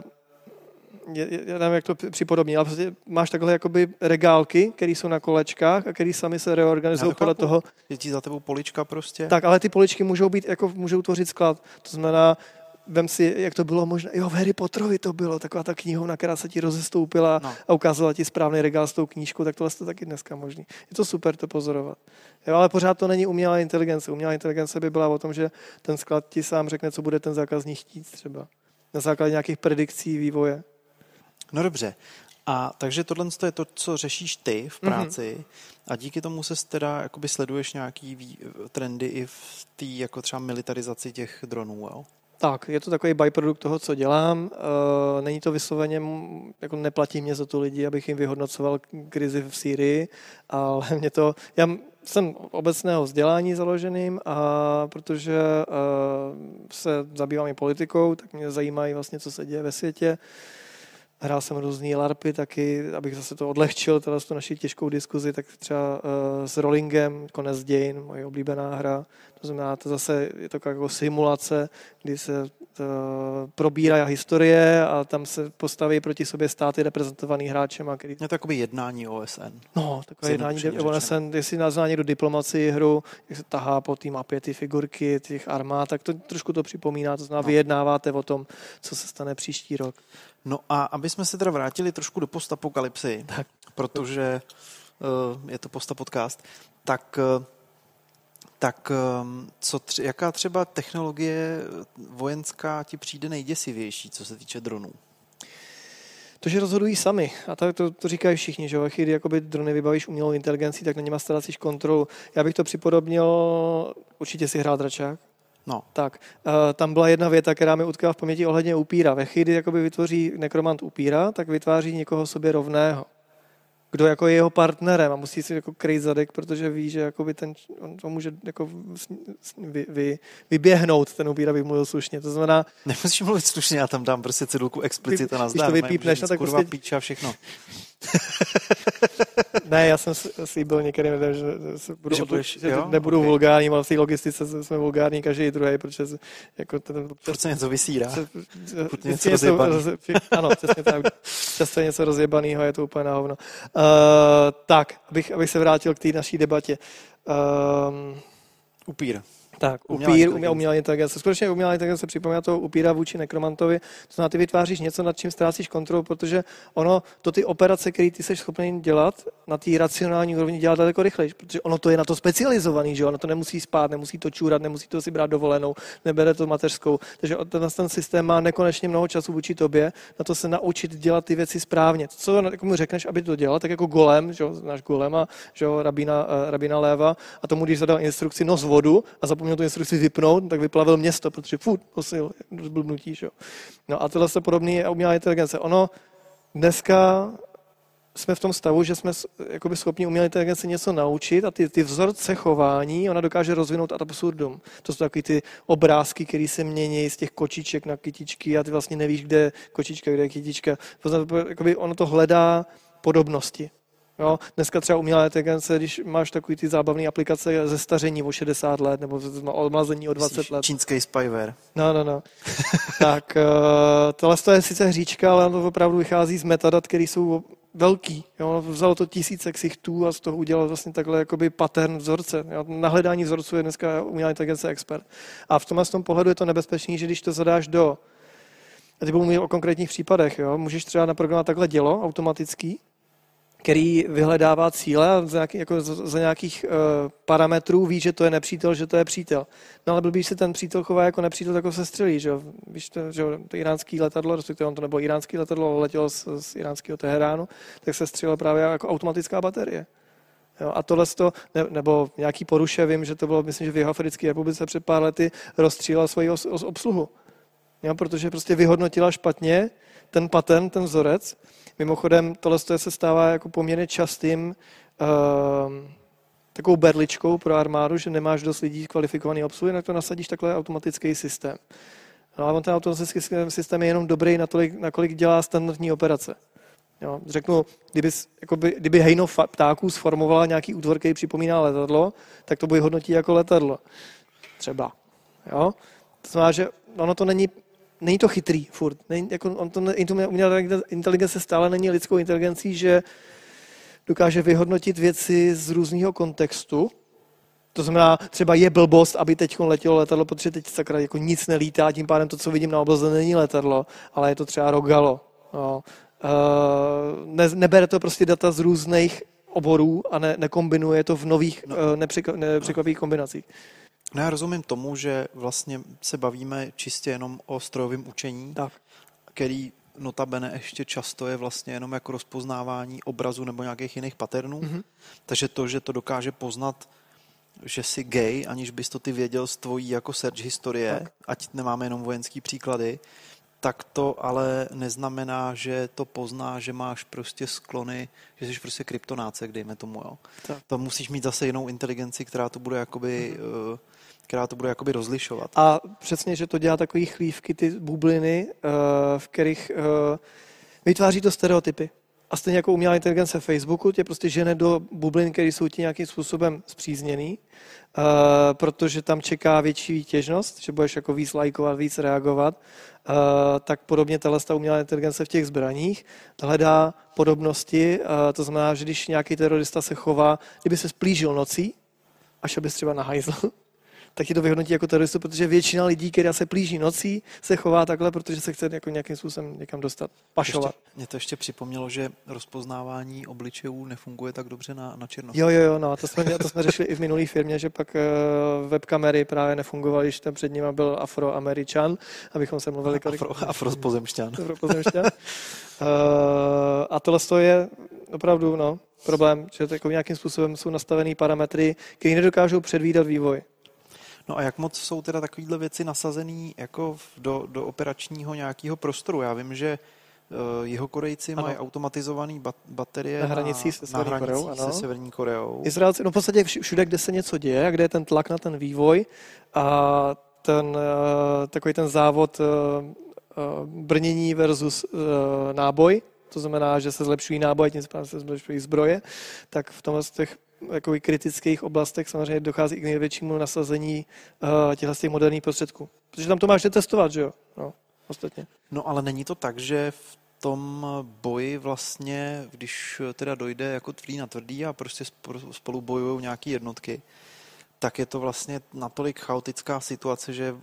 já nevím, jak to připodobní, ale prostě máš takhle jakoby regálky, které jsou na kolečkách a které sami se reorganizují podle toho. Je za tebou polička prostě? Tak, ale ty poličky můžou být, jako můžou tvořit sklad. To znamená, vem si, jak to bylo možné. Jo, v Harry Potterovi to bylo, taková ta knihovna, která se ti rozestoupila a ukázala ti správný regál s tou knížkou, tak tohle je taky dneska možný. Je to super to pozorovat. Jo, ale pořád to není umělá inteligence. Umělá inteligence by byla o tom, že ten sklad ti sám řekne, co bude ten zákazník chtít třeba. Na základě nějakých predikcí vývoje. No dobře. A takže tohle je to, co řešíš ty v práci a díky tomu se teda jakoby sleduješ nějaký trendy i v té jako třeba militarizaci těch dronů, jo? Tak, je to takový byprodukt toho, co dělám. Není to vysloveně, jako neplatí mě za to lidi, abych jim vyhodnocoval krizi v Sýrii, ale já jsem obecného vzdělání založeným a protože se zabývám i politikou, tak mě zajímají vlastně, co se děje ve světě. Hrál jsem různý larpy taky, abych zase to odlehčil, tu naši těžkou diskuzi, tak třeba s Rollingem, Konec dějin, moje oblíbená hra. To znamená, to zase je to jako simulace, kdy se probírá historie a tam se postaví proti sobě státy reprezentovaný hráčem. Je to takové jednání OSN. No, takové jednání OSN, jestli nazná někdo diplomacii hru, jak se tahá po té mapě ty figurky, těch armád, tak to trošku to připomíná, to znamená, vyjednáváte o tom, co se stane příští rok. No a aby jsme se teda vrátili trošku do postapokalypsy, protože je to postapodcast, tak jaká třeba technologie vojenská ti přijde nejděsivější, co se týče dronů? To, že rozhodují sami. A to říkají všichni, že když jakoby drony vybavíš umělou inteligencí, tak na něma ztrácíš kontrolu. Já bych to připodobnil, určitě si hrál dračák. No. Tak, tam byla jedna věta, která mi utkala v paměti ohledně upíra. Ve chvíli, jakoby vytvoří nekromant upíra, tak vytváří někoho sobě rovného. Kdo jako je jeho partnerem a musí si jako kryjt zadek, protože ví, že jakoby on to může jako vyběhnout, ten upír, abych mluvil slušně. To znamená... Nemusíš mluvit slušně, já tam dám prostě cedulku explicita na zdár. Když to vypípneš, tak kurva prostě... píča všechno. Ne, já jsem slíbil některým lidem, že nebudu vulgární, ale v té logistice jsme vulgární každý druhý, protože jako furt se něco vysírá. Furt něco rozjebaný. Ano, přesně tak. Často je něco rozjebanýho, je to úplně na hovno. Tak, abych se vrátil k té naší debatě. Upír. Tak, umělá inteligence. Skutečně umělá inteligence připomíná toho upíra vůči nekromantovi. To znamená, ty vytváříš něco, nad čím ztrácíš kontrolu, protože ty operace, které ty jsi schopný dělat, na té racionální úrovni dělat daleko rychleji, protože ono to je na to specializovaný, že ono to nemusí spát, nemusí to čůrat, nemusí to si brát dovolenou, nebere to mateřskou. Takže ten systém má nekonečně mnoho času vůči tobě, na to se naučit dělat ty věci správně. Co jako mu řekneš, aby to dělal, tak jako golem, že náš golema, že rabína Léva, a tomu, když zadal instrukci nos vodu a zapomněl tu instrukci vypnout, tak vyplavil město, protože posil, zblbnutí, že jo. No a tohle je podobný je umělá inteligence. Dneska jsme v tom stavu, že jsme jakoby schopni umělé inteligence něco naučit a ty vzorce chování ona dokáže rozvinout ad absurdum. To jsou takový ty obrázky, které se mění z těch kočiček na kytičky a ty vlastně nevíš, kde je kočička, kde je kytička. Jakoby ono to hledá podobnosti. Jo, dneska třeba umělá inteligence, když máš takový ty zábavné aplikace ze staření o 60 let nebo odmazení o 20 let. Čínský spyware. No. Tak tohle je sice hříčka, ale ono opravdu vychází z metadat, které jsou velký. Jo. Vzalo to tisíce ksichtů a z toho udělal vlastně takhle jakoby pattern vzorce. Jo. Na hledání vzorců je dneska umělá inteligence expert. A v tomhle pohledu je to nebezpečný, že když to zadáš a ty budu mluvit o konkrétních případech, jo, můžeš třeba naprogramovat takhle dělo automatický, který vyhledává cíle a za nějakých parametrů ví, že to je nepřítel, že to je přítel. No ale blbý se ten přítel chová jako nepřítel, tak ho se střelí. Že? Víš to iránský letadlo, respektive on to nebylo iránský letadlo, ale letělo z iránského Teheránu, tak se střelila právě jako automatická baterie. Jo, a tohle nebo nějaký poruše, vím, že to bylo, myslím, že v Jihoafrické republice před pár lety rozstřílela svoji obsluhu. Jo, protože prostě vyhodnotila špatně ten pattern, ten vzorec. Mimochodem, tohle se stává jako poměrně častým takovou berličkou pro armádu, že nemáš dost lidí kvalifikovaný obsluhy, tak to nasadíš takhle automatický systém. No a ten automatický systém je jenom dobrý nakolik dělá standardní operace. Jo, řeknu, kdyby hejno ptáků sformovala nějaký útvor, který připomíná letadlo, tak to bude hodnotit jako letadlo. Třeba. Jo? To znamená, že ono to není to chytrý furt. Umělá inteligence stále není lidskou inteligencí, že dokáže vyhodnotit věci z různého kontextu. To znamená, třeba je blbost, aby teď letělo letadlo, protože teď sakra jako nic nelítá, tím pádem to, co vidím na obloze, není letadlo, ale je to třeba rogalo. No. Nebere to prostě data z různých oborů a nekombinuje to v nových nepřekvapivých kombinacích. No já rozumím tomu, že vlastně se bavíme čistě jenom o strojovém učení, tak. Který notabene ještě často je vlastně jenom jako rozpoznávání obrazu nebo nějakých jiných patternů. Mm-hmm. Takže to, že to dokáže poznat, že jsi gay, aniž bys to ty věděl z tvojí jako search historie, tak. Ať nemáme jenom vojenský příklady, tak to ale neznamená, že to pozná, že máš prostě sklony, že jsi prostě kryptonácek, dejme tomu. Jo. To musíš mít zase jinou inteligenci, která to bude jakoby rozlišovat. A přesně, že to dělá takový chlívky, ty bubliny, v kterých vytváří to stereotypy. A stejně jako umělá inteligence Facebooku tě prostě žene do bublin, které jsou ti nějakým způsobem zpřízněný, protože tam čeká větší výtěžnost, že budeš jako víc lajkovat, víc reagovat, tak podobně tahle umělá inteligence v těch zbraních hledá podobnosti, to znamená, že když nějaký terorista se chová, kdyby se splížil nocí, až abys třeba na hajzl, tak ti to vyhodnotí jako teroristu, protože většina lidí, která se plíží nocí, se chová takhle, protože se chce jako nějakým způsobem někam dostat, pašovat. Mě to ještě připomnělo, že rozpoznávání obličejů nefunguje tak dobře na černoch. Jo, no a to jsme řešili i v minulý firmě, že pak webkamery právě nefungovaly, když tam před nimi byl Afroameričan, abychom se mluvili Afropozemšťan. A tohle je opravdu problém, že jako nějakým způsobem jsou nastavený parametry, které nedokážou předvídat vývoj. No a jak moc jsou teda takovýhle věci nasazený jako do operačního nějakého prostoru? Já vím, že Jihokorejci mají automatizované baterie na hranicích se Severní Koreou. Izraelci, v podstatě všude, kde se něco děje a kde je ten tlak na ten vývoj a takový ten závod brnění versus náboj, to znamená, že se zlepšují náboje, tím spádem se zlepšují zbroje, tak v tomhle z těch jako kritických oblastech samozřejmě dochází k největšímu nasazení těch moderních prostředků. Protože tam to máš testovat, že jo? No, ostatně. No ale není to tak, že v tom boji vlastně, když teda dojde jako tvrdý na tvrdý a prostě spolu bojují nějaký jednotky, tak je to vlastně natolik chaotická situace, že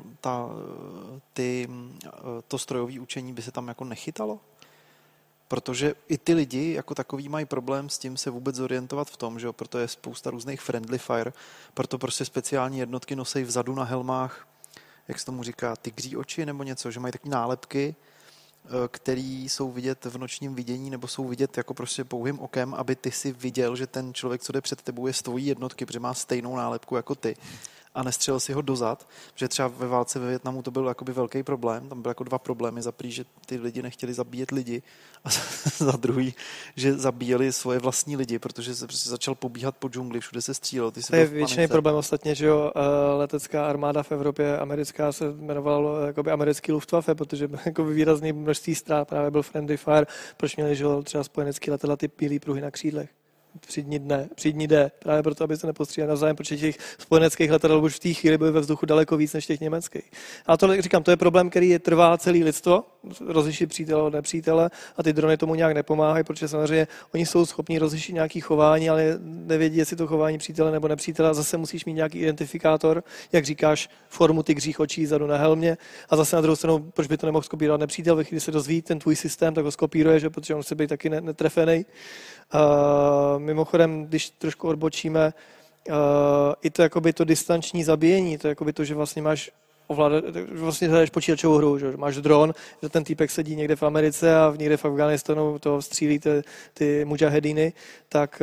to strojové učení by se tam jako nechytalo? Protože i ty lidi jako takový mají problém s tím se vůbec zorientovat v tom, že jo? Proto je spousta různých friendly fire, proto prostě speciální jednotky nosí vzadu na helmách, jak se tomu říká, tygří oči nebo něco, že mají takové nálepky, který jsou vidět v nočním vidění nebo jsou vidět jako prostě pouhým okem, aby ty si viděl, že ten člověk, co jde před tebou, je z tvojí jednotky, protože má stejnou nálepku jako ty a nestřelil si ho dozad, že třeba ve válce ve Vietnamu to byl jakoby velký problém, tam byly jako 2 problémy, za prvý, že ty lidi nechtěli zabíjet lidi a za druhý, že zabíjeli svoje vlastní lidi, protože se prostě začal pobíhat po džungli, všude se střílelo. To je většiný problém ostatně, že jo, letecká armáda v Evropě, americká se jmenovala jakoby americký Luftwaffe, protože jako výrazný množství ztrát právě byl friendly fire, proč měli, že jo, třeba spojenecký letadla ty bílý pruhy na křídlech. Při dní D, právě proto, aby se nepostříhali navzájem, protože těch spojeneckých letadel už v té chvíli byly ve vzduchu daleko víc než těch německých. A to, říkám, to je problém, který trvá celý lidstvo, rozlišit přítele od nepřítele a ty drony tomu nějak nepomáhají, protože samozřejmě oni jsou schopni rozlišit nějaké chování, ale nevědí, jestli to chování přítele nebo nepřítele. A zase musíš mít nějaký identifikátor, jak říkáš, formu tygřích očí zadu na helmě. A zase na druhou stranu, proč by to nemohl skopírovat nepřítel, ve chvíli se dozví ten tvůj systém, tak ho skopíruje, že, protože on se být taky netrefený. Mimochodem, když trošku odbočíme, i to jakoby to distanční zabíjení, to jakoby to, že vlastně máš vlastně hraješ počítačovou hru, že máš dron, že ten týpek sedí někde v Americe a někde v Afghánistánu to střílí ty mujahedíny, tak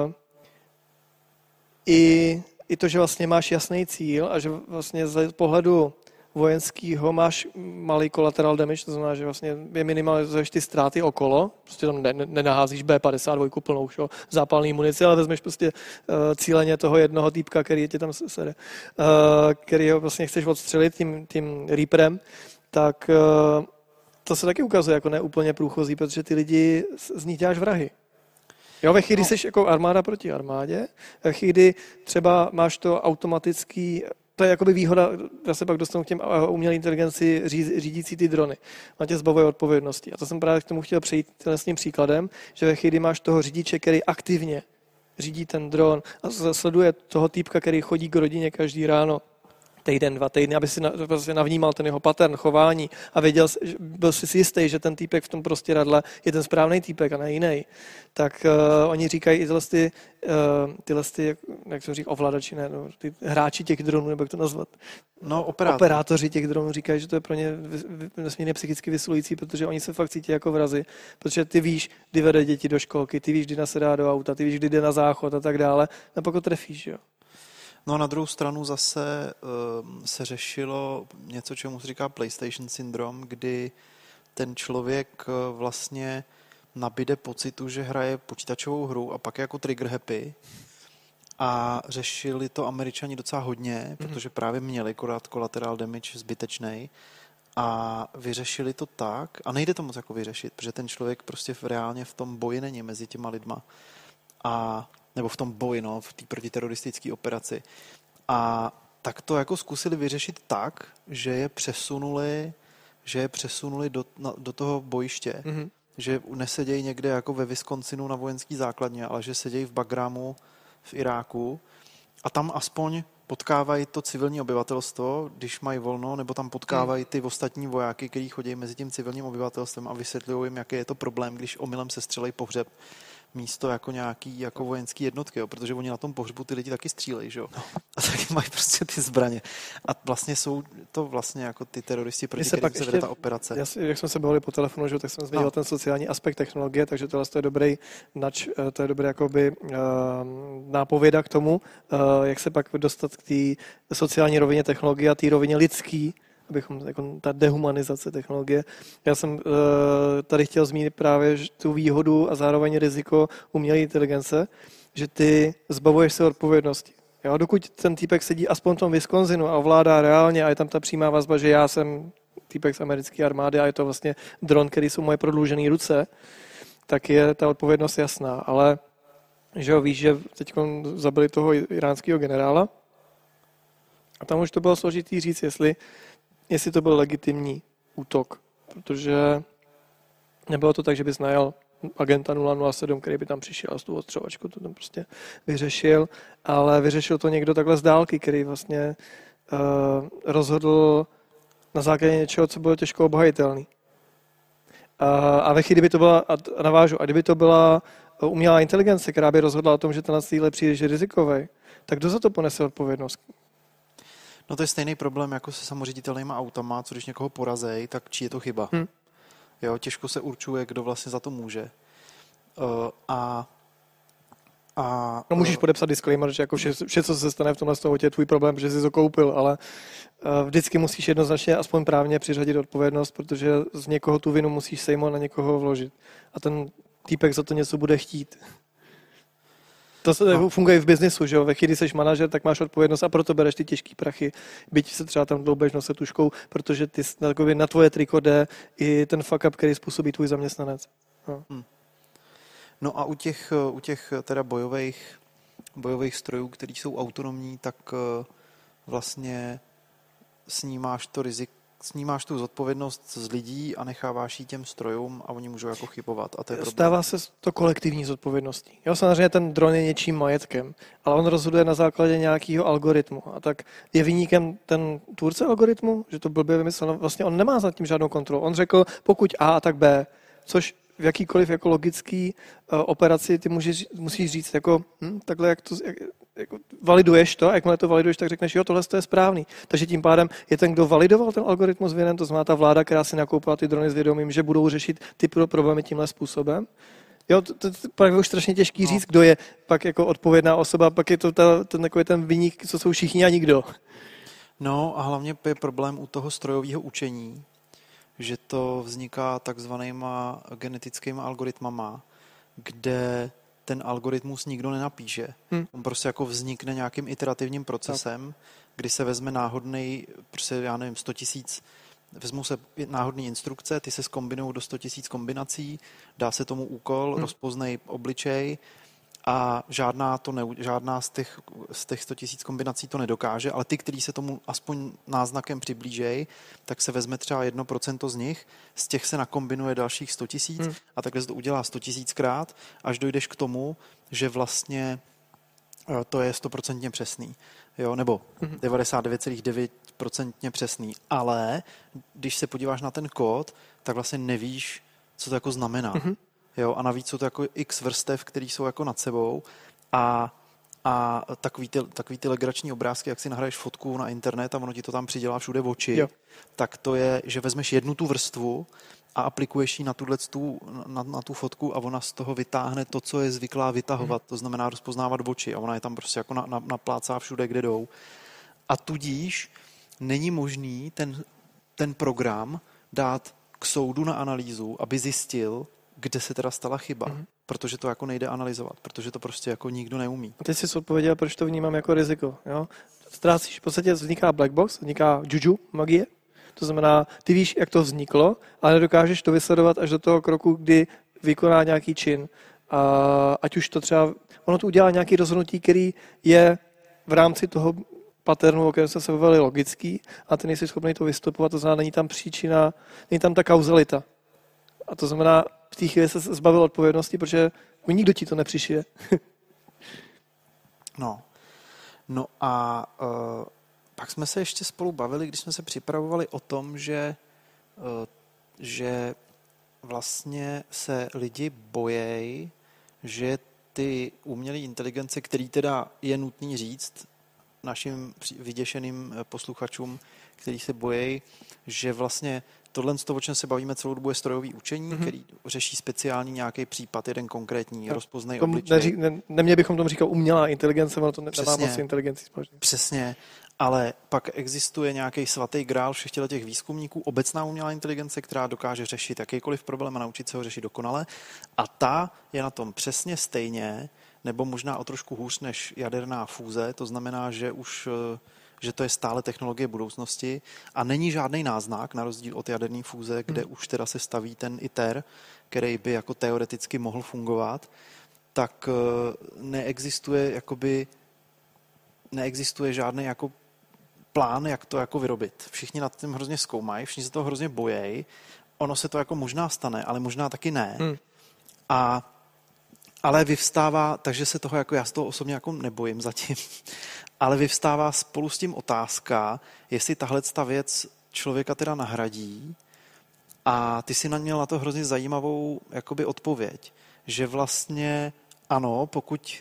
i to, že vlastně máš jasný cíl a že vlastně z pohledu vojenskýho máš malý collateral damage, to znamená, že vlastně je minimalizuješ ty ztráty okolo, prostě tam nenaházíš B-52 plnou zápalný munici, ale vezmeš prostě cíleně toho jednoho týpka, který tě tam sede, který ho vlastně chceš odstřelit tím Reaperem, tak to se taky ukazuje jako neúplně průchozí, protože ty lidi z nich děláš vrahy. Jo, ve chvíli jsi jako armáda proti armádě, ve chvíli třeba máš to automatický. To je jakoby výhoda, já se pak dostanu k těm umělé inteligenci řídící ty drony. Na tě zbavuje odpovědnosti. A to jsem právě k tomu chtěl přejít s tím příkladem, že ve chvíli máš toho řidiče, který aktivně řídí ten dron a sleduje toho týpka, který chodí k rodině každý ráno, týden, 2 týdny, aby si navnímal ten jeho pattern chování a byl si jistý, že ten týpek v tom prostě radle je ten správný týpek a ne jiný. Tak oni říkají i tyhle, jak to říct, ovladači, ne, no, ty hráči těch dronů, nebo jak to nazvat. No, operátoři těch dronů říkají, že to je pro ně nesmírně psychicky vysilující, protože oni se fakt cítí jako vrazi, protože ty víš, kdy vede děti do školky, ty víš, kdy nasedá do auta, ty víš, kdy jde na záchod a tak dále, a pak ho trefíš, jo. No na druhou stranu zase se řešilo něco, čemu se říká PlayStation syndrom, kdy ten člověk vlastně nabíde pocitu, že hraje počítačovou hru a pak je jako trigger happy. A řešili to Američani docela hodně, protože právě měli collateral damage zbytečnej a vyřešili to tak, a nejde to moc jako vyřešit, protože ten člověk prostě reálně v tom boji není mezi těma lidma. Nebo v tom boji, no, v té protiteroristické operaci. A tak to jako zkusili vyřešit tak, že je přesunuli do toho bojiště. Mm-hmm. Že nesedějí někde jako ve Wisconsinu na vojenský základně, ale že sedějí v Bagrámu v Iráku a tam aspoň potkávají to civilní obyvatelstvo, když mají volno, nebo tam potkávají ty ostatní vojáky, kteří chodí mezi tím civilním obyvatelstvem a vysvětlují jim, jaký je to problém, když omylem se střelej pohřeb místo jako nějaký jako vojenský jednotky, jo? Protože oni na tom pohřbu ty lidi taky střílejí, že jo? A taky mají prostě ty zbraně. A vlastně jsou to vlastně jako ty teroristi, proti kterým se vede ta operace. Jak jsme se bavili po telefonu, že, tak jsem zvěděl ten sociální aspekt technologie, takže tohle je dobrý to je dobrý jakoby nápověda k tomu, jak se pak dostat k té sociální rovině technologie a té rovině lidský, abychom, jako ta dehumanizace technologie. Já jsem tady chtěl zmínit právě tu výhodu a zároveň riziko umělé inteligence, že ty zbavuješ se odpovědnosti. Jo, dokud ten týpek sedí aspoň v tom Wisconsinu a ovládá reálně a je tam ta přímá vazba, že já jsem týpek z americké armády a je to vlastně dron, který jsou moje prodloužené ruce, tak je ta odpovědnost jasná. Ale že jo, víš, že teď zabili toho iránského generála a tam už to bylo složitý říct, jestli to byl legitimní útok, protože nebylo to tak, že bys najal agenta 007, který by tam přišel a s tu odstřelovačku to tam prostě vyřešil, ale vyřešil to někdo takhle z dálky, který vlastně rozhodl na základě něčeho, co bylo těžko obhajitelný. A ve chvíli, kdyby to byla, a navážu, a kdyby to byla umělá inteligence, která by rozhodla o tom, že ten cíl je příliš rizikový, tak kdo za to ponese odpovědnost? No to je stejný problém jako se samoředitelnýma autama, co když někoho porazej, tak čí je to chyba. Jo, těžko se určuje, kdo vlastně za to může. No můžeš podepsat disclaimer, že jako vše, co se stane v tomhle autě, je tvůj problém, že jsi to koupil, ale vždycky musíš jednoznačně aspoň právně přiřadit odpovědnost, protože z někoho tu vinu musíš sejmo na někoho vložit. A ten týpek za to něco bude chtít. To funguje v biznisu, že jo? Ve chvíli, jsi manažer, tak máš odpovědnost a proto bereš ty těžký prachy, byť se třeba tam dloubeš nosetuškou, protože ty na tvoje triko jde i ten fuck up, který způsobí tvůj zaměstnanec. No. No a u těch teda bojových strojů, které jsou autonomní, tak vlastně snímáš tu zodpovědnost z lidí a necháváš ji těm strojům a oni můžou jako chybovat. A to je problém. Stává se to kolektivní zodpovědností. Jo, samozřejmě ten dron je něčím majetkem, ale on rozhoduje na základě nějakého algoritmu. A tak je viníkem ten tvůrce algoritmu, že to blbě vymyslel. Vlastně on nemá nad tím žádnou kontrolu. On řekl, pokud A, tak B, což v jakýkoliv jako logický operaci ty musíš říct jako takhle, jako validuješ to, a jakmile to validuješ, tak řekneš, jo, tohle je správný. Takže tím pádem je ten, kdo validoval ten algoritmus vinen, to znamená ta vláda, která si nakoupila ty drony s vědomím, že budou řešit ty problémy tímhle způsobem. Jo, to pak je už strašně těžký říct, kdo je pak jako odpovědná osoba, pak je to ten viník, co jsou všichni a nikdo. No a hlavně je problém u toho strojového učení, že to vzniká takzvanýma genetickými algoritmama, kde ten algoritmus nikdo nenapíše. On prostě jako vznikne nějakým iterativním procesem, kdy se vezme náhodný, prostě já nevím, 100 000, vezmou se náhodné instrukce, ty se zkombinují do 100 000 kombinací, dá se tomu úkol, rozpoznej obličej a žádná z těch 100 000 kombinací to nedokáže, ale ty, kteří se tomu aspoň náznakem přiblížejí, tak se vezme třeba 1% z nich, z těch se nakombinuje dalších 100 000 a takhle se to udělá 100 000krát, až dojdeš k tomu, že vlastně to je 100% přesný, jo, nebo 99,9% přesný, ale když se podíváš na ten kód, tak vlastně nevíš, co to jako znamená. Jo, a navíc jsou to jako x vrstev, které jsou jako nad sebou a takový ty legrační obrázky, jak si nahraješ fotku na internet a ono ti to tam přidělá všude v oči, tak to je, že vezmeš jednu tu vrstvu a aplikuješ ji na tu fotku a ona z toho vytáhne to, co je zvyklá vytahovat, to znamená rozpoznávat oči a ona je tam prostě jako naplácá všude, kde jdou. A tudíž není možný ten program dát k soudu na analýzu, aby zjistil, kde se teda stala chyba, protože to jako nejde analyzovat, protože to prostě jako nikdo neumí. A teď jsi odpověděl, proč to vnímám jako riziko. Jo? Ztrácíš, v podstatě vzniká black box, vzniká juju, magie, to znamená, ty víš, jak to vzniklo, ale nedokážeš to vysledovat až do toho kroku, kdy vykoná nějaký čin. A ať už to třeba, ono to udělá nějaký rozhodnutí, který je v rámci toho paternu, o kterém jsme se bavili, logický, a ty nejsi schopný to vystupovat, to znamená, není tam příčina, není tam ta kauzalita. A to znamená, v té chvíli se zbavil odpovědnosti, protože nikdo ti to nepřišije. No. No a pak jsme se ještě spolu bavili, když jsme se připravovali o tom, že vlastně se lidi bojejí, že ty umělé inteligence, který teda je nutný říct našim vyděšeným posluchačům, kteří se bojejí, že vlastně tohle, o čem se bavíme celou dobu, je strojový učení, který řeší speciální nějaký případ, jeden konkrétní, rozpoznej obličej. Neměli bychom tomu říkat umělá inteligence, ono to nemá moc inteligenci společně. Přesně, ale pak existuje nějaký svatý grál všech těch výzkumníků, obecná umělá inteligence, která dokáže řešit jakýkoliv problém a naučit se ho řešit dokonale. A ta je na tom přesně stejně, nebo možná o trošku hůř než jaderná fúze, to znamená, že to je stále technologie budoucnosti a není žádný náznak, na rozdíl od jaderné fúze, kde už teda se staví ten ITER, který by jako teoreticky mohl fungovat, tak neexistuje žádný jako plán, jak to jako vyrobit. Všichni nad tím hrozně zkoumají, všichni se toho hrozně bojejí. Ono se to jako možná stane, ale možná taky ne. Ale vyvstává, takže se toho jako já z toho osobně jako nebojím zatím, ale vyvstává spolu s tím otázka, jestli tahle věc člověka teda nahradí, a ty si měl na to hrozně zajímavou jakoby odpověď, že vlastně ano, pokud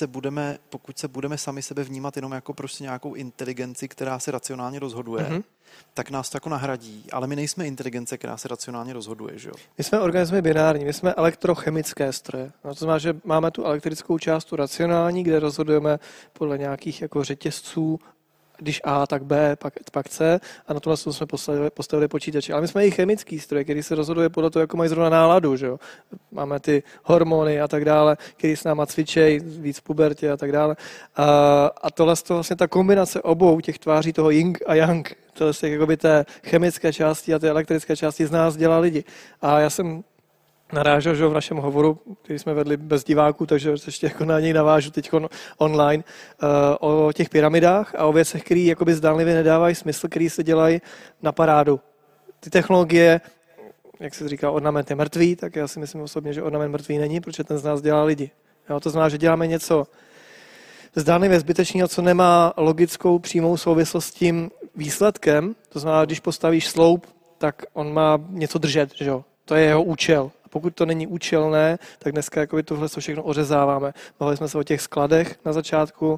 se budeme sami sebe vnímat jenom jako prostě nějakou inteligenci, která se racionálně rozhoduje, tak nás to jako nahradí. Ale my nejsme inteligence, která se racionálně rozhoduje, že jo? My jsme organismy binární, my jsme elektrochemické stroje. No, to znamená, že máme tu elektrickou část, tu racionální, kde rozhodujeme podle nějakých jako řetězců, když A, tak B, pak C, a na tomhle jsme postavili počítače. Ale my jsme i chemický stroj, který se rozhoduje podle toho, jako mají zrovna náladu. Že jo? Máme ty hormony a tak dále, který s náma cvičejí, víc v pubertě a tak dále. A tohle je vlastně ta kombinace obou těch tváří, toho yin a yang, tohle je jakoby té chemické části a té elektrické části z nás dělá lidi. A já jsem narážel, že v našem hovoru, který jsme vedli bez diváků, takže ještě jako na něj navážu teď online, o těch pyramidách a o věcech, které jakoby zdánlivě nedávají smysl, které se dělají na parádu. Ty technologie, jak se říká, ornament je mrtvý, tak já si myslím osobně, že ornament mrtvý není, protože ten z nás dělá lidi. Jo, to znamená, že děláme něco zdánlivě zbytečného, co nemá logickou přímou souvislost s tím výsledkem. To znamená, když postavíš sloup, tak on má něco držet, že jo? To je jeho účel. Pokud to není účelné, tak dneska jakoby tohle všechno ořezáváme. Mluvili jsme se o těch skladech na začátku.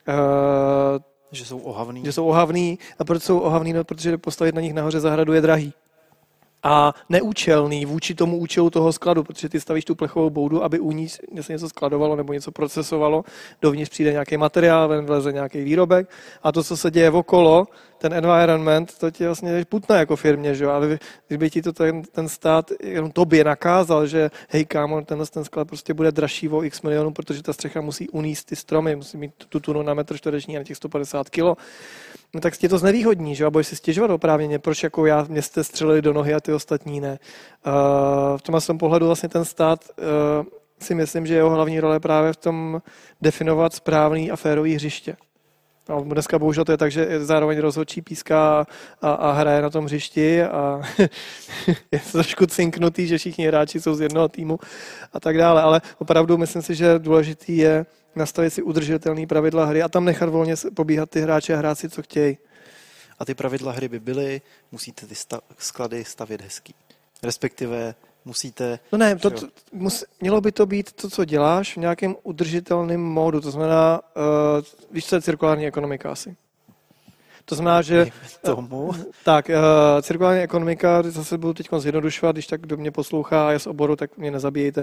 Že jsou ohavný. Že jsou ohavný. A proč jsou ohavný? No, protože postavit na nich nahoře zahradu je drahý. A neúčelný vůči tomu účelu toho skladu, protože ty stavíš tu plechovou boudu, aby u ní se něco skladovalo nebo něco procesovalo, dovnitř přijde nějaký materiál, ven vleze nějaký výrobek a to, co se děje okolo, ten environment, to ti vlastně putná jako firmě, že jo? Ale kdyby ti to ten stát jenom tobě nakázal, že hej kámo, ten sklad prostě bude dražší o x milionů, protože ta střecha musí uníst ty stromy, musí mít tu tunu na metr čtvereční a na těch 150 kilo, no tak tě to znevýhodní, že jo? A budeš si stěžovat oprávněně, proč jako mě jste střelili do nohy a ty ostatní ne. V tom pohledu vlastně ten stát si myslím, že jeho hlavní role je právě v tom definovat správný a férový hřiště. No, dneska bohužel to je tak, že zároveň rozhodčí píská a hraje na tom hřišti a je trošku cinknutý, že všichni hráči jsou z jednoho týmu a tak dále. Ale opravdu myslím si, že důležitý je nastavit si udržitelný pravidla hry a tam nechat volně pobíhat ty hráči a hrát si, co chtějí. A ty pravidla hry by byly, musíte ty sklady stavět hezký. Respektive musíte... No ne, mělo by to být to, co děláš v nějakém udržitelném módu. To znamená, víš, co je cirkulární ekonomika asi. To znamená, že... Tomu. Tak, cirkulární ekonomika, zase budu teď zjednodušovat, když tak kdo mě poslouchá a je z oboru, tak mě nezabíjejte.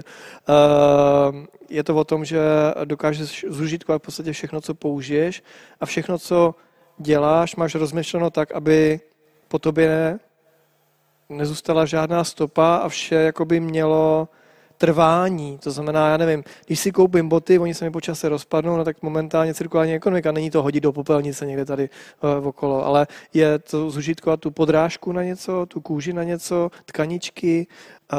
Je to o tom, že dokážeš zužitkovat v podstatě všechno, co použiješ a všechno, co děláš, máš rozmyšleno tak, aby po tobě nezůstala žádná stopa a vše jakoby mělo trvání. To znamená, já nevím, když si koupím boty, oni se mi po čase rozpadnou, no tak momentálně cirkulární ekonomika, není to hodit do popelnice někde tady okolo, ale je to zužitkovat tu podrážku na něco, tu kůži na něco, tkaničky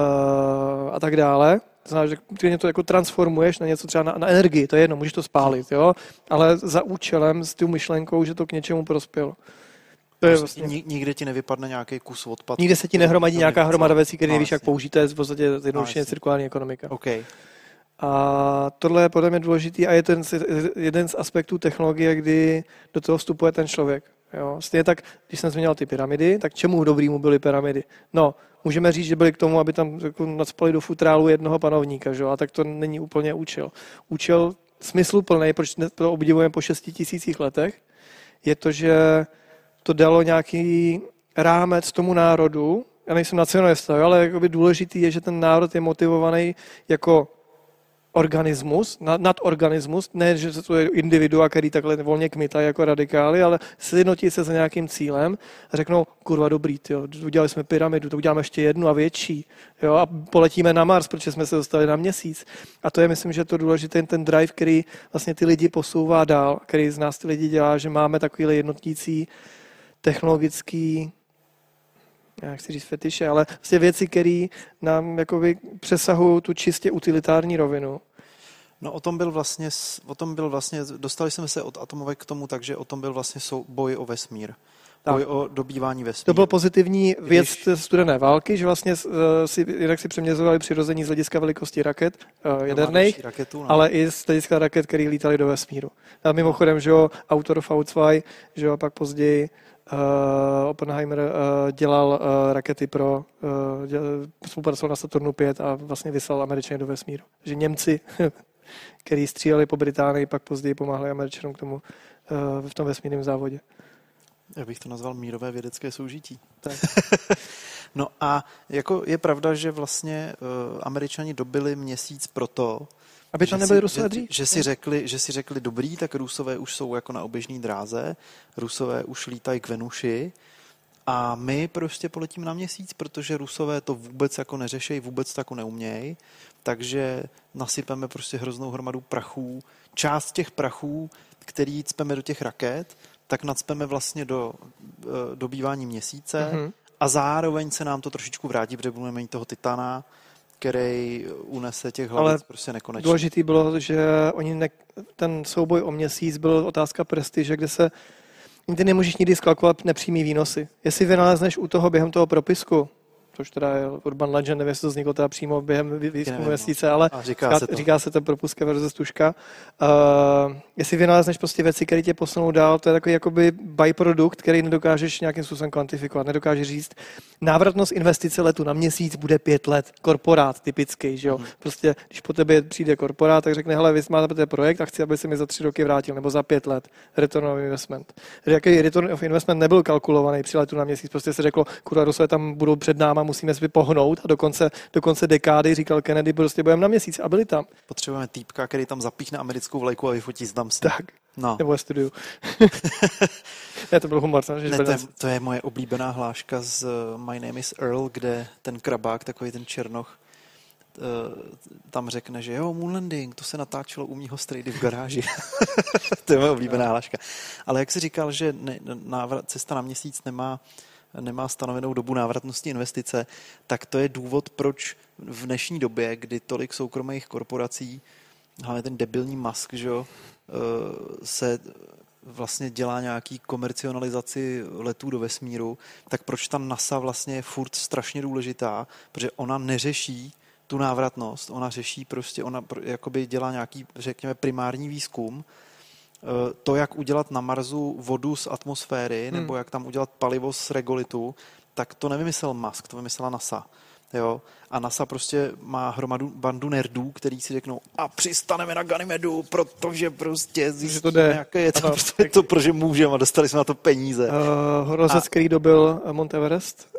a tak dále. To znamená, že ty to jako transformuješ na něco třeba na energii, to je jedno, můžeš to spálit, jo? Ale za účelem s tou myšlenkou, že to k něčemu prospělo. To je vlastně... Nikde ti nevypadne nějaký kus odpadu. Nikde se ti nehromadí nějaká hromada věcí, které nevíš, jak použít. To je v podstatě zjednodušeně cirkulární ekonomika. Okay. A tohle je podle mě důležitý a je to jeden z aspektů technologie, kdy do toho vstupuje ten člověk. Jo. Stejně tak, když jsem zmínil ty pyramidy, tak čemu dobrýmu byly pyramidy? No, můžeme říct, že byly k tomu, aby tam jako nacpali do futrálu jednoho panovníka, že? A tak to není úplně účel. Účel smysluplný, proč to obdivujeme po 6 000 letech, je to, že to dalo nějaký rámec tomu národu. Já nejsem nacionalista, ale jakoby důležitý je, že ten národ je motivovaný jako organismus, nadorganismus, ne, že to je individua, který takhle volně kmitají jako radikály, ale sjednotí se za nějakým cílem a řeknou, kurva dobrý, tyjo, udělali jsme pyramidu, to uděláme ještě jednu a větší, jo, a poletíme na Mars, protože jsme se dostali na Měsíc. A to je, myslím, že to důležité, ten drive, který vlastně ty lidi posouvá dál, který z nás ty lidi dělá, že máme takovýhle jednotící technologický, já chci říct fetiše, ale vlastně věci, které nám jakoby přesahují tu čistě utilitární rovinu. No o tom byl vlastně, dostali jsme se od atomovek k tomu, takže o tom byl vlastně boj o vesmír. Boj o dobývání vesmíru. To byl pozitivní věc studené války, že vlastně jinak si přeměřovali přirození z hlediska velikosti raket jaderných, ale i z hlediska raket, které lítaly do vesmíru. A mimochodem, že jo, autor V2, že jo, pak později Oppenheimer dělal rakety spolupracoval na Saturnu 5 a vlastně vyslal Američany do vesmíru. Že Němci, který stříleli po Británii, pak později pomáhali Američanům k tomu v tom vesmírném závodě. Já bych to nazval mírové vědecké soužití. Tak. No a jako je pravda, že vlastně Američani dobili Měsíc proto, aby tam nebyli Rusové dřív. Že si řekli dobrý, tak Rusové už jsou jako na oběžné dráze, Rusové už lítají k Venuši a my prostě poletíme na Měsíc, protože Rusové to vůbec jako neřešejí, vůbec to jako neumějí, takže nasypeme prostě hroznou hromadu prachů. Část těch prachů, který cpeme do těch raket, tak nacpeme vlastně do dobývání Měsíce a zároveň se nám to trošičku vrátí, protože budeme mít toho Titana, který unese těch hlavic prostě nekonečně. Důležitý bylo, že ten souboj o Měsíc byl otázka prestiže, kde se ty nemůžeš nikdy skalkulovat nepřímý výnosy. Jestli vynalezneš u toho během toho propisku, což teda je urban legend, nevím, jestli to vzniklo teda přímo během výzkumu Měsíce, ale říká se to propuska verze stužka. Jestli vynalezneš prostě věci, které tě posunou dál, to je takový jakoby byprodukt, který nedokážeš nějakým způsobem kvantifikovat. Nedokážeš říct, návratnost investice letu na Měsíc bude 5 let. Korporát typický, že jo. Prostě, když po tebe přijde korporát, tak řekne, hele, vy máte projekt a chci, aby se mi za 3 roky vrátil, nebo za 5 let. Return of investment. Jaký return of investment nebyl kalkulovaný při letu na Měsíc, prostě se řeklo, kurva, Rusové tam budou před náma, musíme si pohnout a do konce dekády říkal Kennedy, prostě budeme na Měsíc a byli tam. Potřebujeme týpka, který tam zapíchne americkou vlajku a vyfotí tam si. Tak. No. Nebo ve studiu. Ne, to byl humor. To je moje oblíbená hláška z My Name is Earl, kde ten krabák, takový ten černoch, tam řekne, že jo, moon landing, to se natáčelo u mýho strejdy v garáži. To je moje oblíbená hláška. Ale jak jsi říkal, že cesta na Měsíc nemá stanovenou dobu návratnosti investice, tak to je důvod, proč v dnešní době, kdy tolik soukromých korporací, hlavně ten debilní Musk, že jo, se vlastně dělá nějaký komercionalizaci letů do vesmíru, tak proč ta NASA vlastně je furt strašně důležitá, protože ona neřeší tu návratnost, ona řeší prostě, ona jakoby dělá nějaký, řekněme, primární výzkum, to, jak udělat na Marsu vodu z atmosféry, nebo jak tam udělat palivo z regolitu, tak to nevymyslel Musk, to vymyslela NASA. Jo? A NASA prostě má bandu nerdů, který si řeknou, a přistaneme na Ganymedu, protože prostě zjistíme, jaké je to, protože můžeme a dostali jsme na to peníze. Horolezec, který dobil Mount Everest?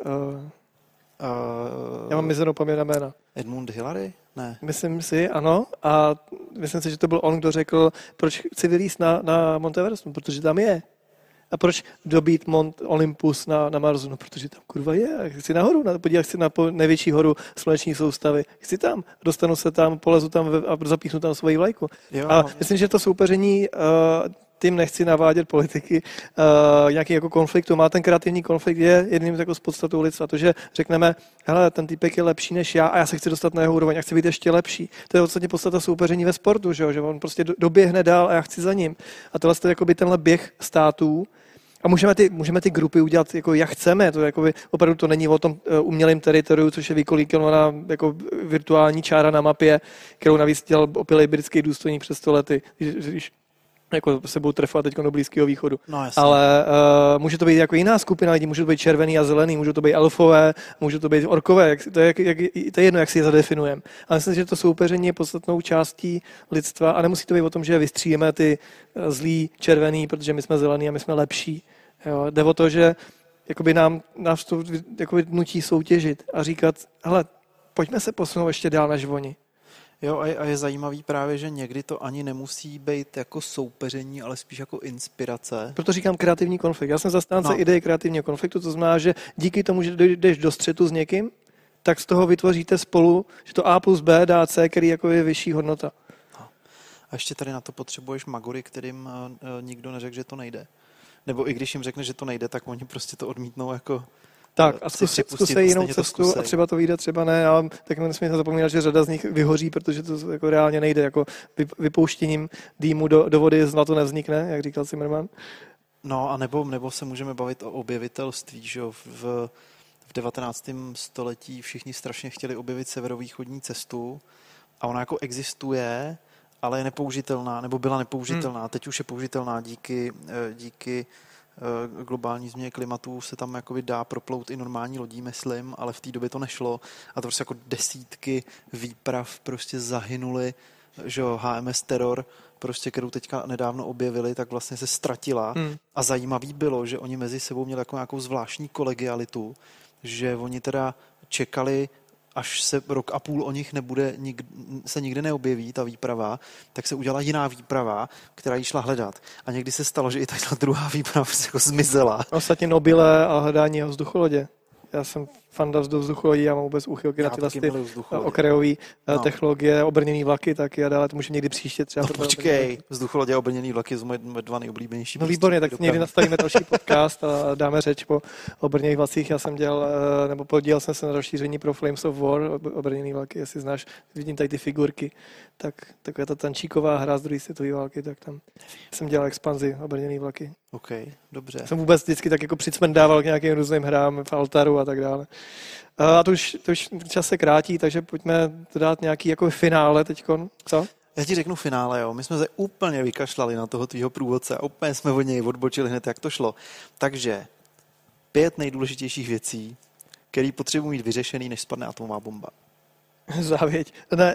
Já mám mizenou paměť na jména. Edmund Hillary? Ne. Myslím si, ano. A myslím si, že to byl on, kdo řekl, proč chci vylízt na Mount Everestu, protože tam je. A proč dobít Mount Olympus na Marsu? No, protože tam kurva je. Chci nahoru, podívat si na největší horu sluneční soustavy. Chci tam, dostanu se tam, polezu tam a zapíchnu tam svoji vlajku. Jo. A myslím, že to soupeření tím nechci navádět politiky nějaký jako konfliktu. Má ten kreativní konflikt je jedním jako z podstatou lidstva. To, že řekneme, hele, ten týpek je lepší než já a já se chci dostat na jeho úroveň a chci být ještě lepší. To je vlastně podstata soupeření ve sportu, že on prostě doběhne dál a já chci za ním. A tohle je jakoby tenhle běh států A můžeme ty grupy udělat jako jak chceme, to jakoby, opravdu to není o tom umělém teritoriu, což je vykolíkovaná jako virtuální čára na mapě, kterou navíc dělal opilej britský důstojník před 100 lety, když jako se budou trefovat teď do Blízkého východu. No, jasně. Ale může to být jako jiná skupina lidí, může to být červený a zelený, může to být elfové, může to být orkové, to je jedno, jak si je zadefinujeme. Ale myslím, že to soupeření je podstatnou částí lidstva a nemusí to být o tom, že vystříjeme ty zlý červený, protože my jsme zelení a my jsme lepší. Jo? Jde o to, že jakoby nás to jakoby nutí soutěžit a říkat, hele, pojďme se posunout ještě dál než oni. Jo, a je zajímavý právě, že někdy to ani nemusí být jako soupeření, ale spíš jako inspirace. Proto říkám kreativní konflikt. Já jsem zastánce ideje kreativního konfliktu, to znamená, že díky tomu, že jdeš do střetu s někým, tak z toho vytvoříte spolu, že to A plus B dá C, který jako je vyšší hodnota. A ještě tady na to potřebuješ magory, kterým nikdo neřekl, že to nejde. Nebo i když jim řekne, že to nejde, tak oni prostě to odmítnou jako... Tak a zkusej jinou cestu a třeba to vyjde, třeba ne, ale tak nesmíte zapomínat, že řada z nich vyhoří, protože to jako reálně nejde, jako vypouštěním dýmu do vody zlato nevznikne, jak říkal Zimmerman. No a nebo se můžeme bavit o objevitelství, že jo, v 19. století všichni strašně chtěli objevit severovýchodní cestu a ona jako existuje, ale je nepoužitelná, nebo byla nepoužitelná. Teď už je použitelná díky globální změně klimatu se tam jakoby dá proplout i normální lodí, myslím, ale v té době to nešlo a to prostě jako desítky výprav prostě zahynuly, že jo, HMS Terror, prostě, kterou teďka nedávno objevili, tak vlastně se ztratila a zajímavý bylo, že oni mezi sebou měli jako nějakou zvláštní kolegialitu, že oni teda čekali, až se rok a půl o nich se nikde neobjeví ta výprava, tak se udělala jiná výprava, která ji šla hledat. A někdy se stalo, že i ta druhá výprava jako zmizela. Ostatně Nobile a hledání vzducholodě. Já jsem fanda vzducholodí, já mám vůbec úchylky na tyhle okrajové technologie, obrněný vlaky taky a dále, to můžeme někdy příště třeba. No počkej, vzducholodě a obrněný vlaky jsou moje dva nejoblíbenější. No výborně, tak někdy nastavíme další podcast a dáme řeč po obrněných vlacích. Já jsem podílel jsem se na rozšíření pro Flames of War, obrněný vlaky, jestli znáš, vidím tady ty figurky, tak taková ta tančíková hra z druhé světové války, tak tam jsem dělal expanzi obrněný vlaky. OK, dobře. Jsem vůbec vždycky tak jako přicmendával k nějakým různým hrám v Altaru a tak dále. A to už čas se krátí, takže pojďme dát nějaký jako finále teďkon. Co? Já ti řeknu finále, jo. My jsme se úplně vykašlali na toho tvýho průvodce a úplně jsme od něj odbočili hned, jak to šlo. Takže 5 nejdůležitějších věcí, které potřebují mít vyřešený, než spadne atomová bomba. Závěť. Ne,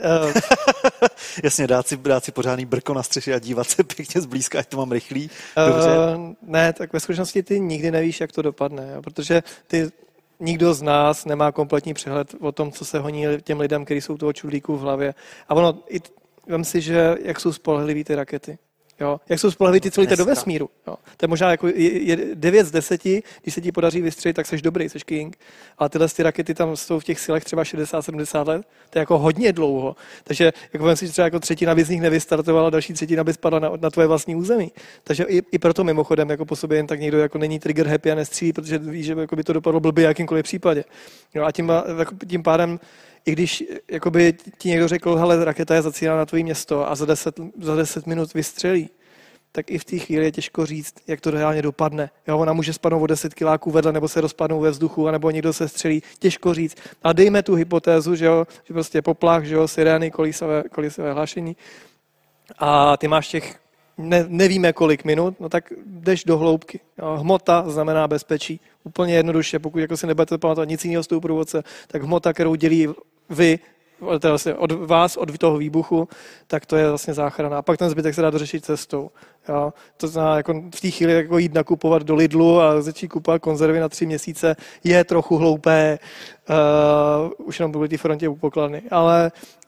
Jasně, dát si pořádný brko na střeše a dívat se pěkně zblízka, ať to mám rychlý. Dobře. Ne, tak ve skutečnosti ty nikdy nevíš, jak to dopadne, jo? Protože nikdo z nás nemá kompletní přehled o tom, co se honí těm lidem, kteří jsou toho čudlíku v hlavě. A ono, vem si, že jak jsou spolehlivý ty rakety. Jo? Jak jsou spolehlivý ty, co lítají do vesmíru. Jo? To je možná jako 9 z 10, když se ti podaří vystřelit, tak seš dobrý, seš king. Ale tyhle ty rakety tam jsou v těch silech třeba 60-70 let. To je jako hodně dlouho. Takže jako vem si, že třeba jako třetina by z nich nevystartovala, další třetina by spadla na tvoje vlastní území. Takže i proto mimochodem jako po sobě jen tak někdo jako není trigger happy a nestřílí, protože ví, že jako by to dopadlo blbě v jakýmkoliv případě. Jo? A tím pádem i když jakoby ti někdo řekl, hele, raketa je zacílená na tvoje město a za 10 minut vystřelí, tak i v té chvíli je těžko říct, jak to reálně dopadne. Jo, ona může spadnout o 10 kiláků vedle, nebo se rozpadnou ve vzduchu, anebo někdo se střelí. Těžko říct. A dejme tu hypotézu, že prostě poplach, že jo, sirény, kolísové hlášení. A ty máš těch nevíme kolik minut, no tak jdeš do hloubky. Jo, hmota znamená bezpečí. Úplně jednoduše, pokud jako si nebudete pamatovat nic jiného z toho průvodce, tak hmota, kterou dělí vy, teda vlastně od vás, od toho výbuchu, tak to je vlastně záchrana. A pak ten zbytek se dá dořešit cestou. Jo. To znamená, jako v té chvíli jako jít nakupovat do Lidlu a začít kupovat konzervy na 3 měsíce je trochu hloupé. Už jenom byly ty frontě u pokladny. Ale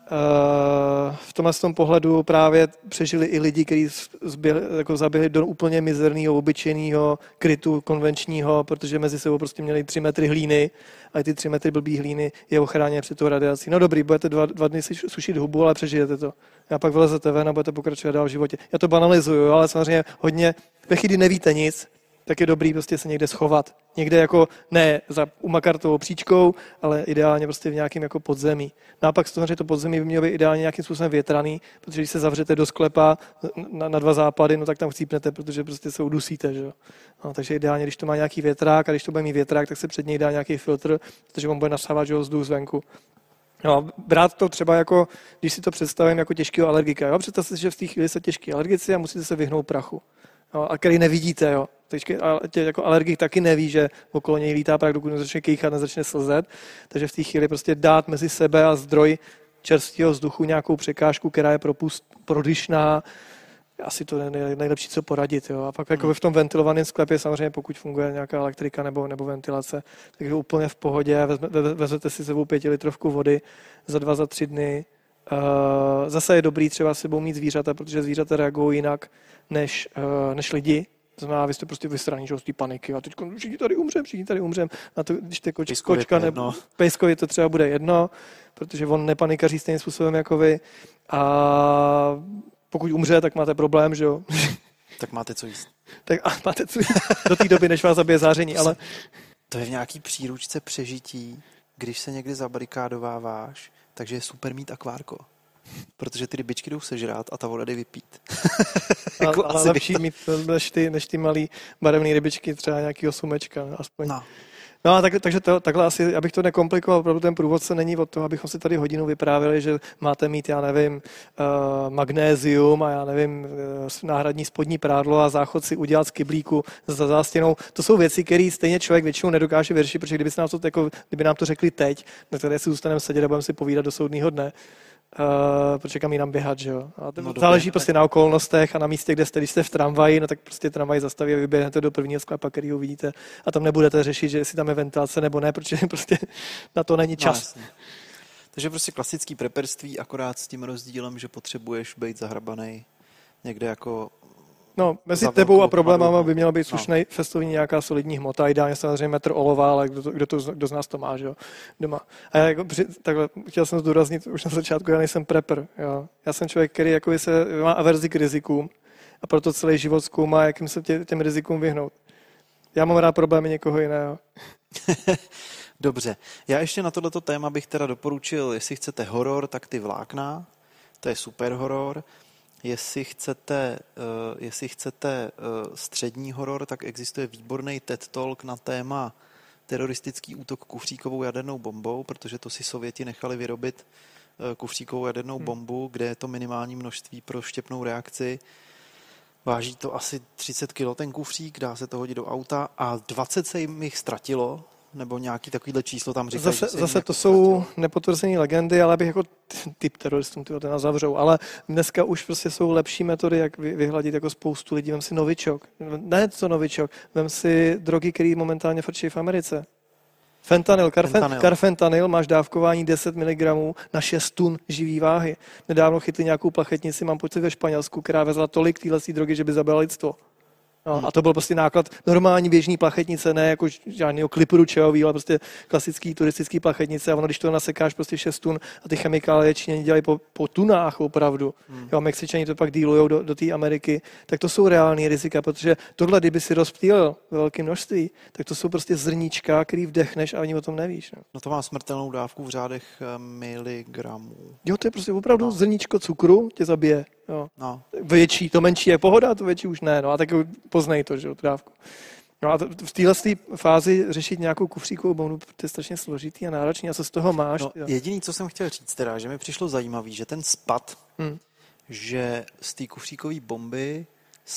v tomhle pohledu právě přežili i lidi, kteří jako zaběhli do úplně mizerného, obyčejného krytu konvenčního, protože mezi sebou prostě měli 3 metry hlíny a ty 3 metry blbý hlíny je ochráněné před tou radiací. No dobrý, budete 2 dny si sušit hubu, ale přežijete to. A pak vylezete ven a budete pokračovat dál v životě. Já to banalizuju, ale samozřejmě hodně, ve chvíli nevíte nic, tak je dobrý prostě se někde schovat. Někde jako ne za umakartovou příčkou, ale ideálně prostě v nějakém jako podzemí. No a pak samozřejmě to podzemí by mělo být ideálně nějakým způsobem větraný, protože když se zavřete do sklepa na 2 západy, no tak tam chcípnete, protože prostě se udusíte, že jo. No, takže ideálně, když to má nějaký větrák a když to bude mít větrák, tak se před něj dá nějaký filtr, protože on bude nasávat, že jo, vzduch zvenku. No, brát to třeba jako, když si to představím jako těžkého alergika. Jo? Představte si, že v té chvíli jste těžký alergici a musíte se vyhnout prachu. Jo? A který nevidíte. Jo? Jako alergik taky neví, že okolo něj lítá prach, dokud nezačne kýchat, nezačne slzet. Takže v té chvíli prostě dát mezi sebe a zdroj čerstvého vzduchu nějakou překážku, která je prodyšná, asi to nejlepší, co poradit. Jo? A pak jako v tom ventilovaném sklepě samozřejmě, pokud funguje nějaká elektrika nebo ventilace, takže úplně v pohodě, vezmete si sebou 5litrovku vody za 2, za 3 dny. Zase je dobrý třeba s sebou mít zvířata, protože zvířata reagují jinak než lidi. To znamená, vy jste prostě vystraní, že z té paniky a teď všichni tady umřem. Na to, když to kočka nebo pejskovi to třeba bude jedno, protože on nepanikaří stejným způsobem jako vy. A pokud umře, tak máte problém, že jo? Tak máte co jíst. Tak máte co jíst do té doby, než vás zabije záření, ale... To je v nějaký příručce přežití, když se někdy zabarikádováváš, takže je super mít akvárko. Protože ty rybičky jdou sežrát a ta voda jde vypít. Ale lepší mít než ty malý barevné rybičky, třeba nějakýho sumečka, aspoň. No a takže takhle asi, abych to nekomplikoval, opravdu ten průvodce není od toho, abychom si tady hodinu vyprávěli, že máte mít, já nevím, magnézium a já nevím, náhradní spodní prádlo a záchod si udělat z kyblíku za zástěnou. To jsou věci, které stejně člověk většinou nedokáže vyřešit, protože kdyby nám to řekli teď, na které si zůstaneme sedět a budeme si povídat do soudního dne, protože kam jinam běhat, že jo. A záleží prostě na okolnostech a na místě, kde jste, když jste v tramvaji, no tak prostě tramvaj zastaví a vyběhnete do prvního sklepa, který ho vidíte a tam nebudete řešit, že jestli tam je ventilace nebo ne, protože prostě na to není čas. No, takže prostě klasický preperství, akorát s tím rozdílem, že potřebuješ být zahrabanej někde jako... No, mezi tebou a problémama by měla být slušnej festovní nějaká solidní hmota, ideálně samozřejmě metr olova, ale kdo z nás to má, že jo, doma. A já jako takhle chtěl jsem zdůraznit už na začátku, já nejsem prepper, jo. Já jsem člověk, který jako má averzi k rizikům a proto celý život zkoumá, jakým se těm rizikům vyhnout. Já mám rád problémy někoho jiného. Dobře. Já ještě na tohleto téma bych teda doporučil, jestli chcete horor, tak Ty vlákna, to je super horor. Jestli chcete střední horor, tak existuje výborný TED Talk na téma teroristický útok kufříkovou jadernou bombou, protože to si Sověti nechali vyrobit kufříkovou jadernou bombu, kde je to minimální množství pro štěpnou reakci. Váží to asi 30 kg ten kufřík, dá se to hodit do auta a 20 se jich ztratilo, nebo nějaký takovýhle číslo tam říkají. Zase to jsou nepotvrzené legendy, ale bych jako typ teroristům ty nás zavřou. Ale dneska už prostě jsou lepší metody, jak vyhladit jako spoustu lidí. Vem si novičok. Ne co novičok, vem si drogy, které momentálně frčí v Americe. Carfentanyl, máš dávkování 10 mg na 6 tun živý váhy. Nedávno chytli nějakou plachetnici, mám pocit ve Španělsku, která vezla tolik téhletý drogy, že by zabila lidstvo. No, a to byl prostě náklad normální běžný plachetnice, ne jako žádného kliporučeový, ale prostě klasický turistický plachetnice. A ono, když to nasekáš prostě 6 tun a ty chemikálie Číňani dělají po tunách opravdu. Jo, Mexičani to pak dealujou do té Ameriky, tak to jsou reální rizika, protože tohle, kdyby si rozptýlil ve velkém množství, tak to jsou prostě zrníčka, který vdechneš a ani o tom nevíš. No to má smrtelnou dávku v řádech miligramů. Jo, to je prostě opravdu zrníčko cukru tě zabije. Jo. No. Větší, to menší je pohoda, to větší už ne. No a tak poznej to, že jo, tu dávku. No a v téhle fázi řešit nějakou kufříkovou bombu, to je strašně složitý a náročný. A co z toho máš? No, jediný, co jsem chtěl říct teda, že mi přišlo zajímavý, že ten spad, že z té kufříkové bomby,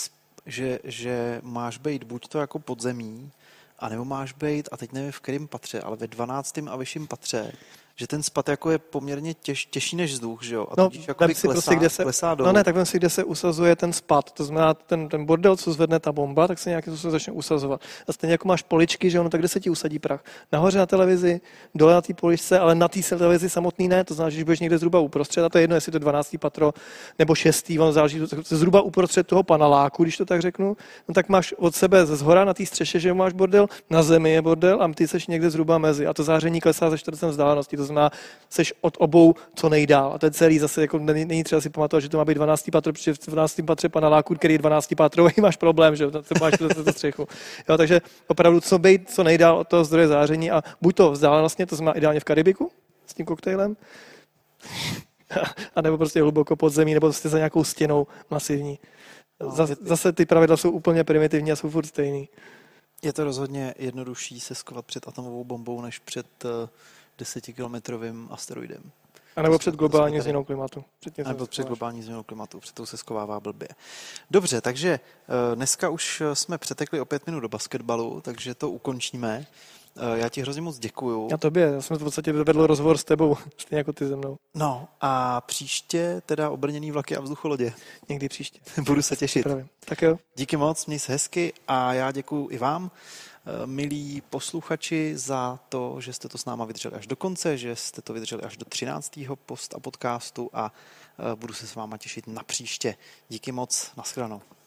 že máš být buď to jako podzemí, anebo máš být, a teď nevím v kterém patře, ale ve 12. a vyšším patře, že ten spad jako je poměrně těžší než vzduch, že jo? A tudíž jako klesá dolů. No ne, tak vem si, kde se usazuje ten spad. To znamená, ten bordel, co zvedne ta bomba, tak se nějakým způsobem začne usazovat. A stejně jako máš poličky, že ono, tak kde se ti usadí prach? Nahoře na televizi, dole na té poličce, ale na té televizi samotný ne. To znamená, že když budeš někde zhruba uprostřed, a to je jedno, jestli to 12. patro nebo 6. ono záleží, zhruba uprostřed toho paneláku, když to tak řeknu, no tak máš od sebe ze zhora na té střeše, že máš bordel, na zemi je bordel a ty seš někde zhruba mezi. A to záření klesá ze 40 vzdálenosti. To znamená, seš od obou co nejdál. A to je celý zase, jako není třeba si pamatovat, že to má být 12. patro, protože v 12. patře paneláku, který je 12 patrový, máš problém, že to máš to střechu. Jo, takže opravdu co nejdál od toho zdroje záření a buď to vzdálenostně, to znamená ideálně v Karibiku s tím koktejlem, a nebo prostě hluboko pod zemí, nebo prostě za nějakou stěnou masivní. Zase ty pravidla jsou úplně primitivní a jsou furt stejný. Je to rozhodně jednodušší se skovat před atomovou bombou, než před 10kilometrovým asteroidem. A nebo před globální změnou klimatu. Nebo před globální změnou klimatu, před tou se skovává blbě. Dobře, takže dneska už jsme přetekli o 5 minut do basketbalu, takže to ukončíme. Já ti hrozně moc děkuju. Já tobě, já jsem v podstatě vedl rozhovor s tebou, stejně jako ty se mnou. No a příště teda obrněný vlaky a vzducholodě. Někdy příště. Budu se těšit. Pravím. Tak jo. Díky moc, měj se hezky a já děkuju i vám, milí posluchači, za to, že jste to s náma vydrželi až do konce, že jste to vydrželi až do 13. post a podcastu a budu se s váma těšit na příště. Díky moc, nashledanou.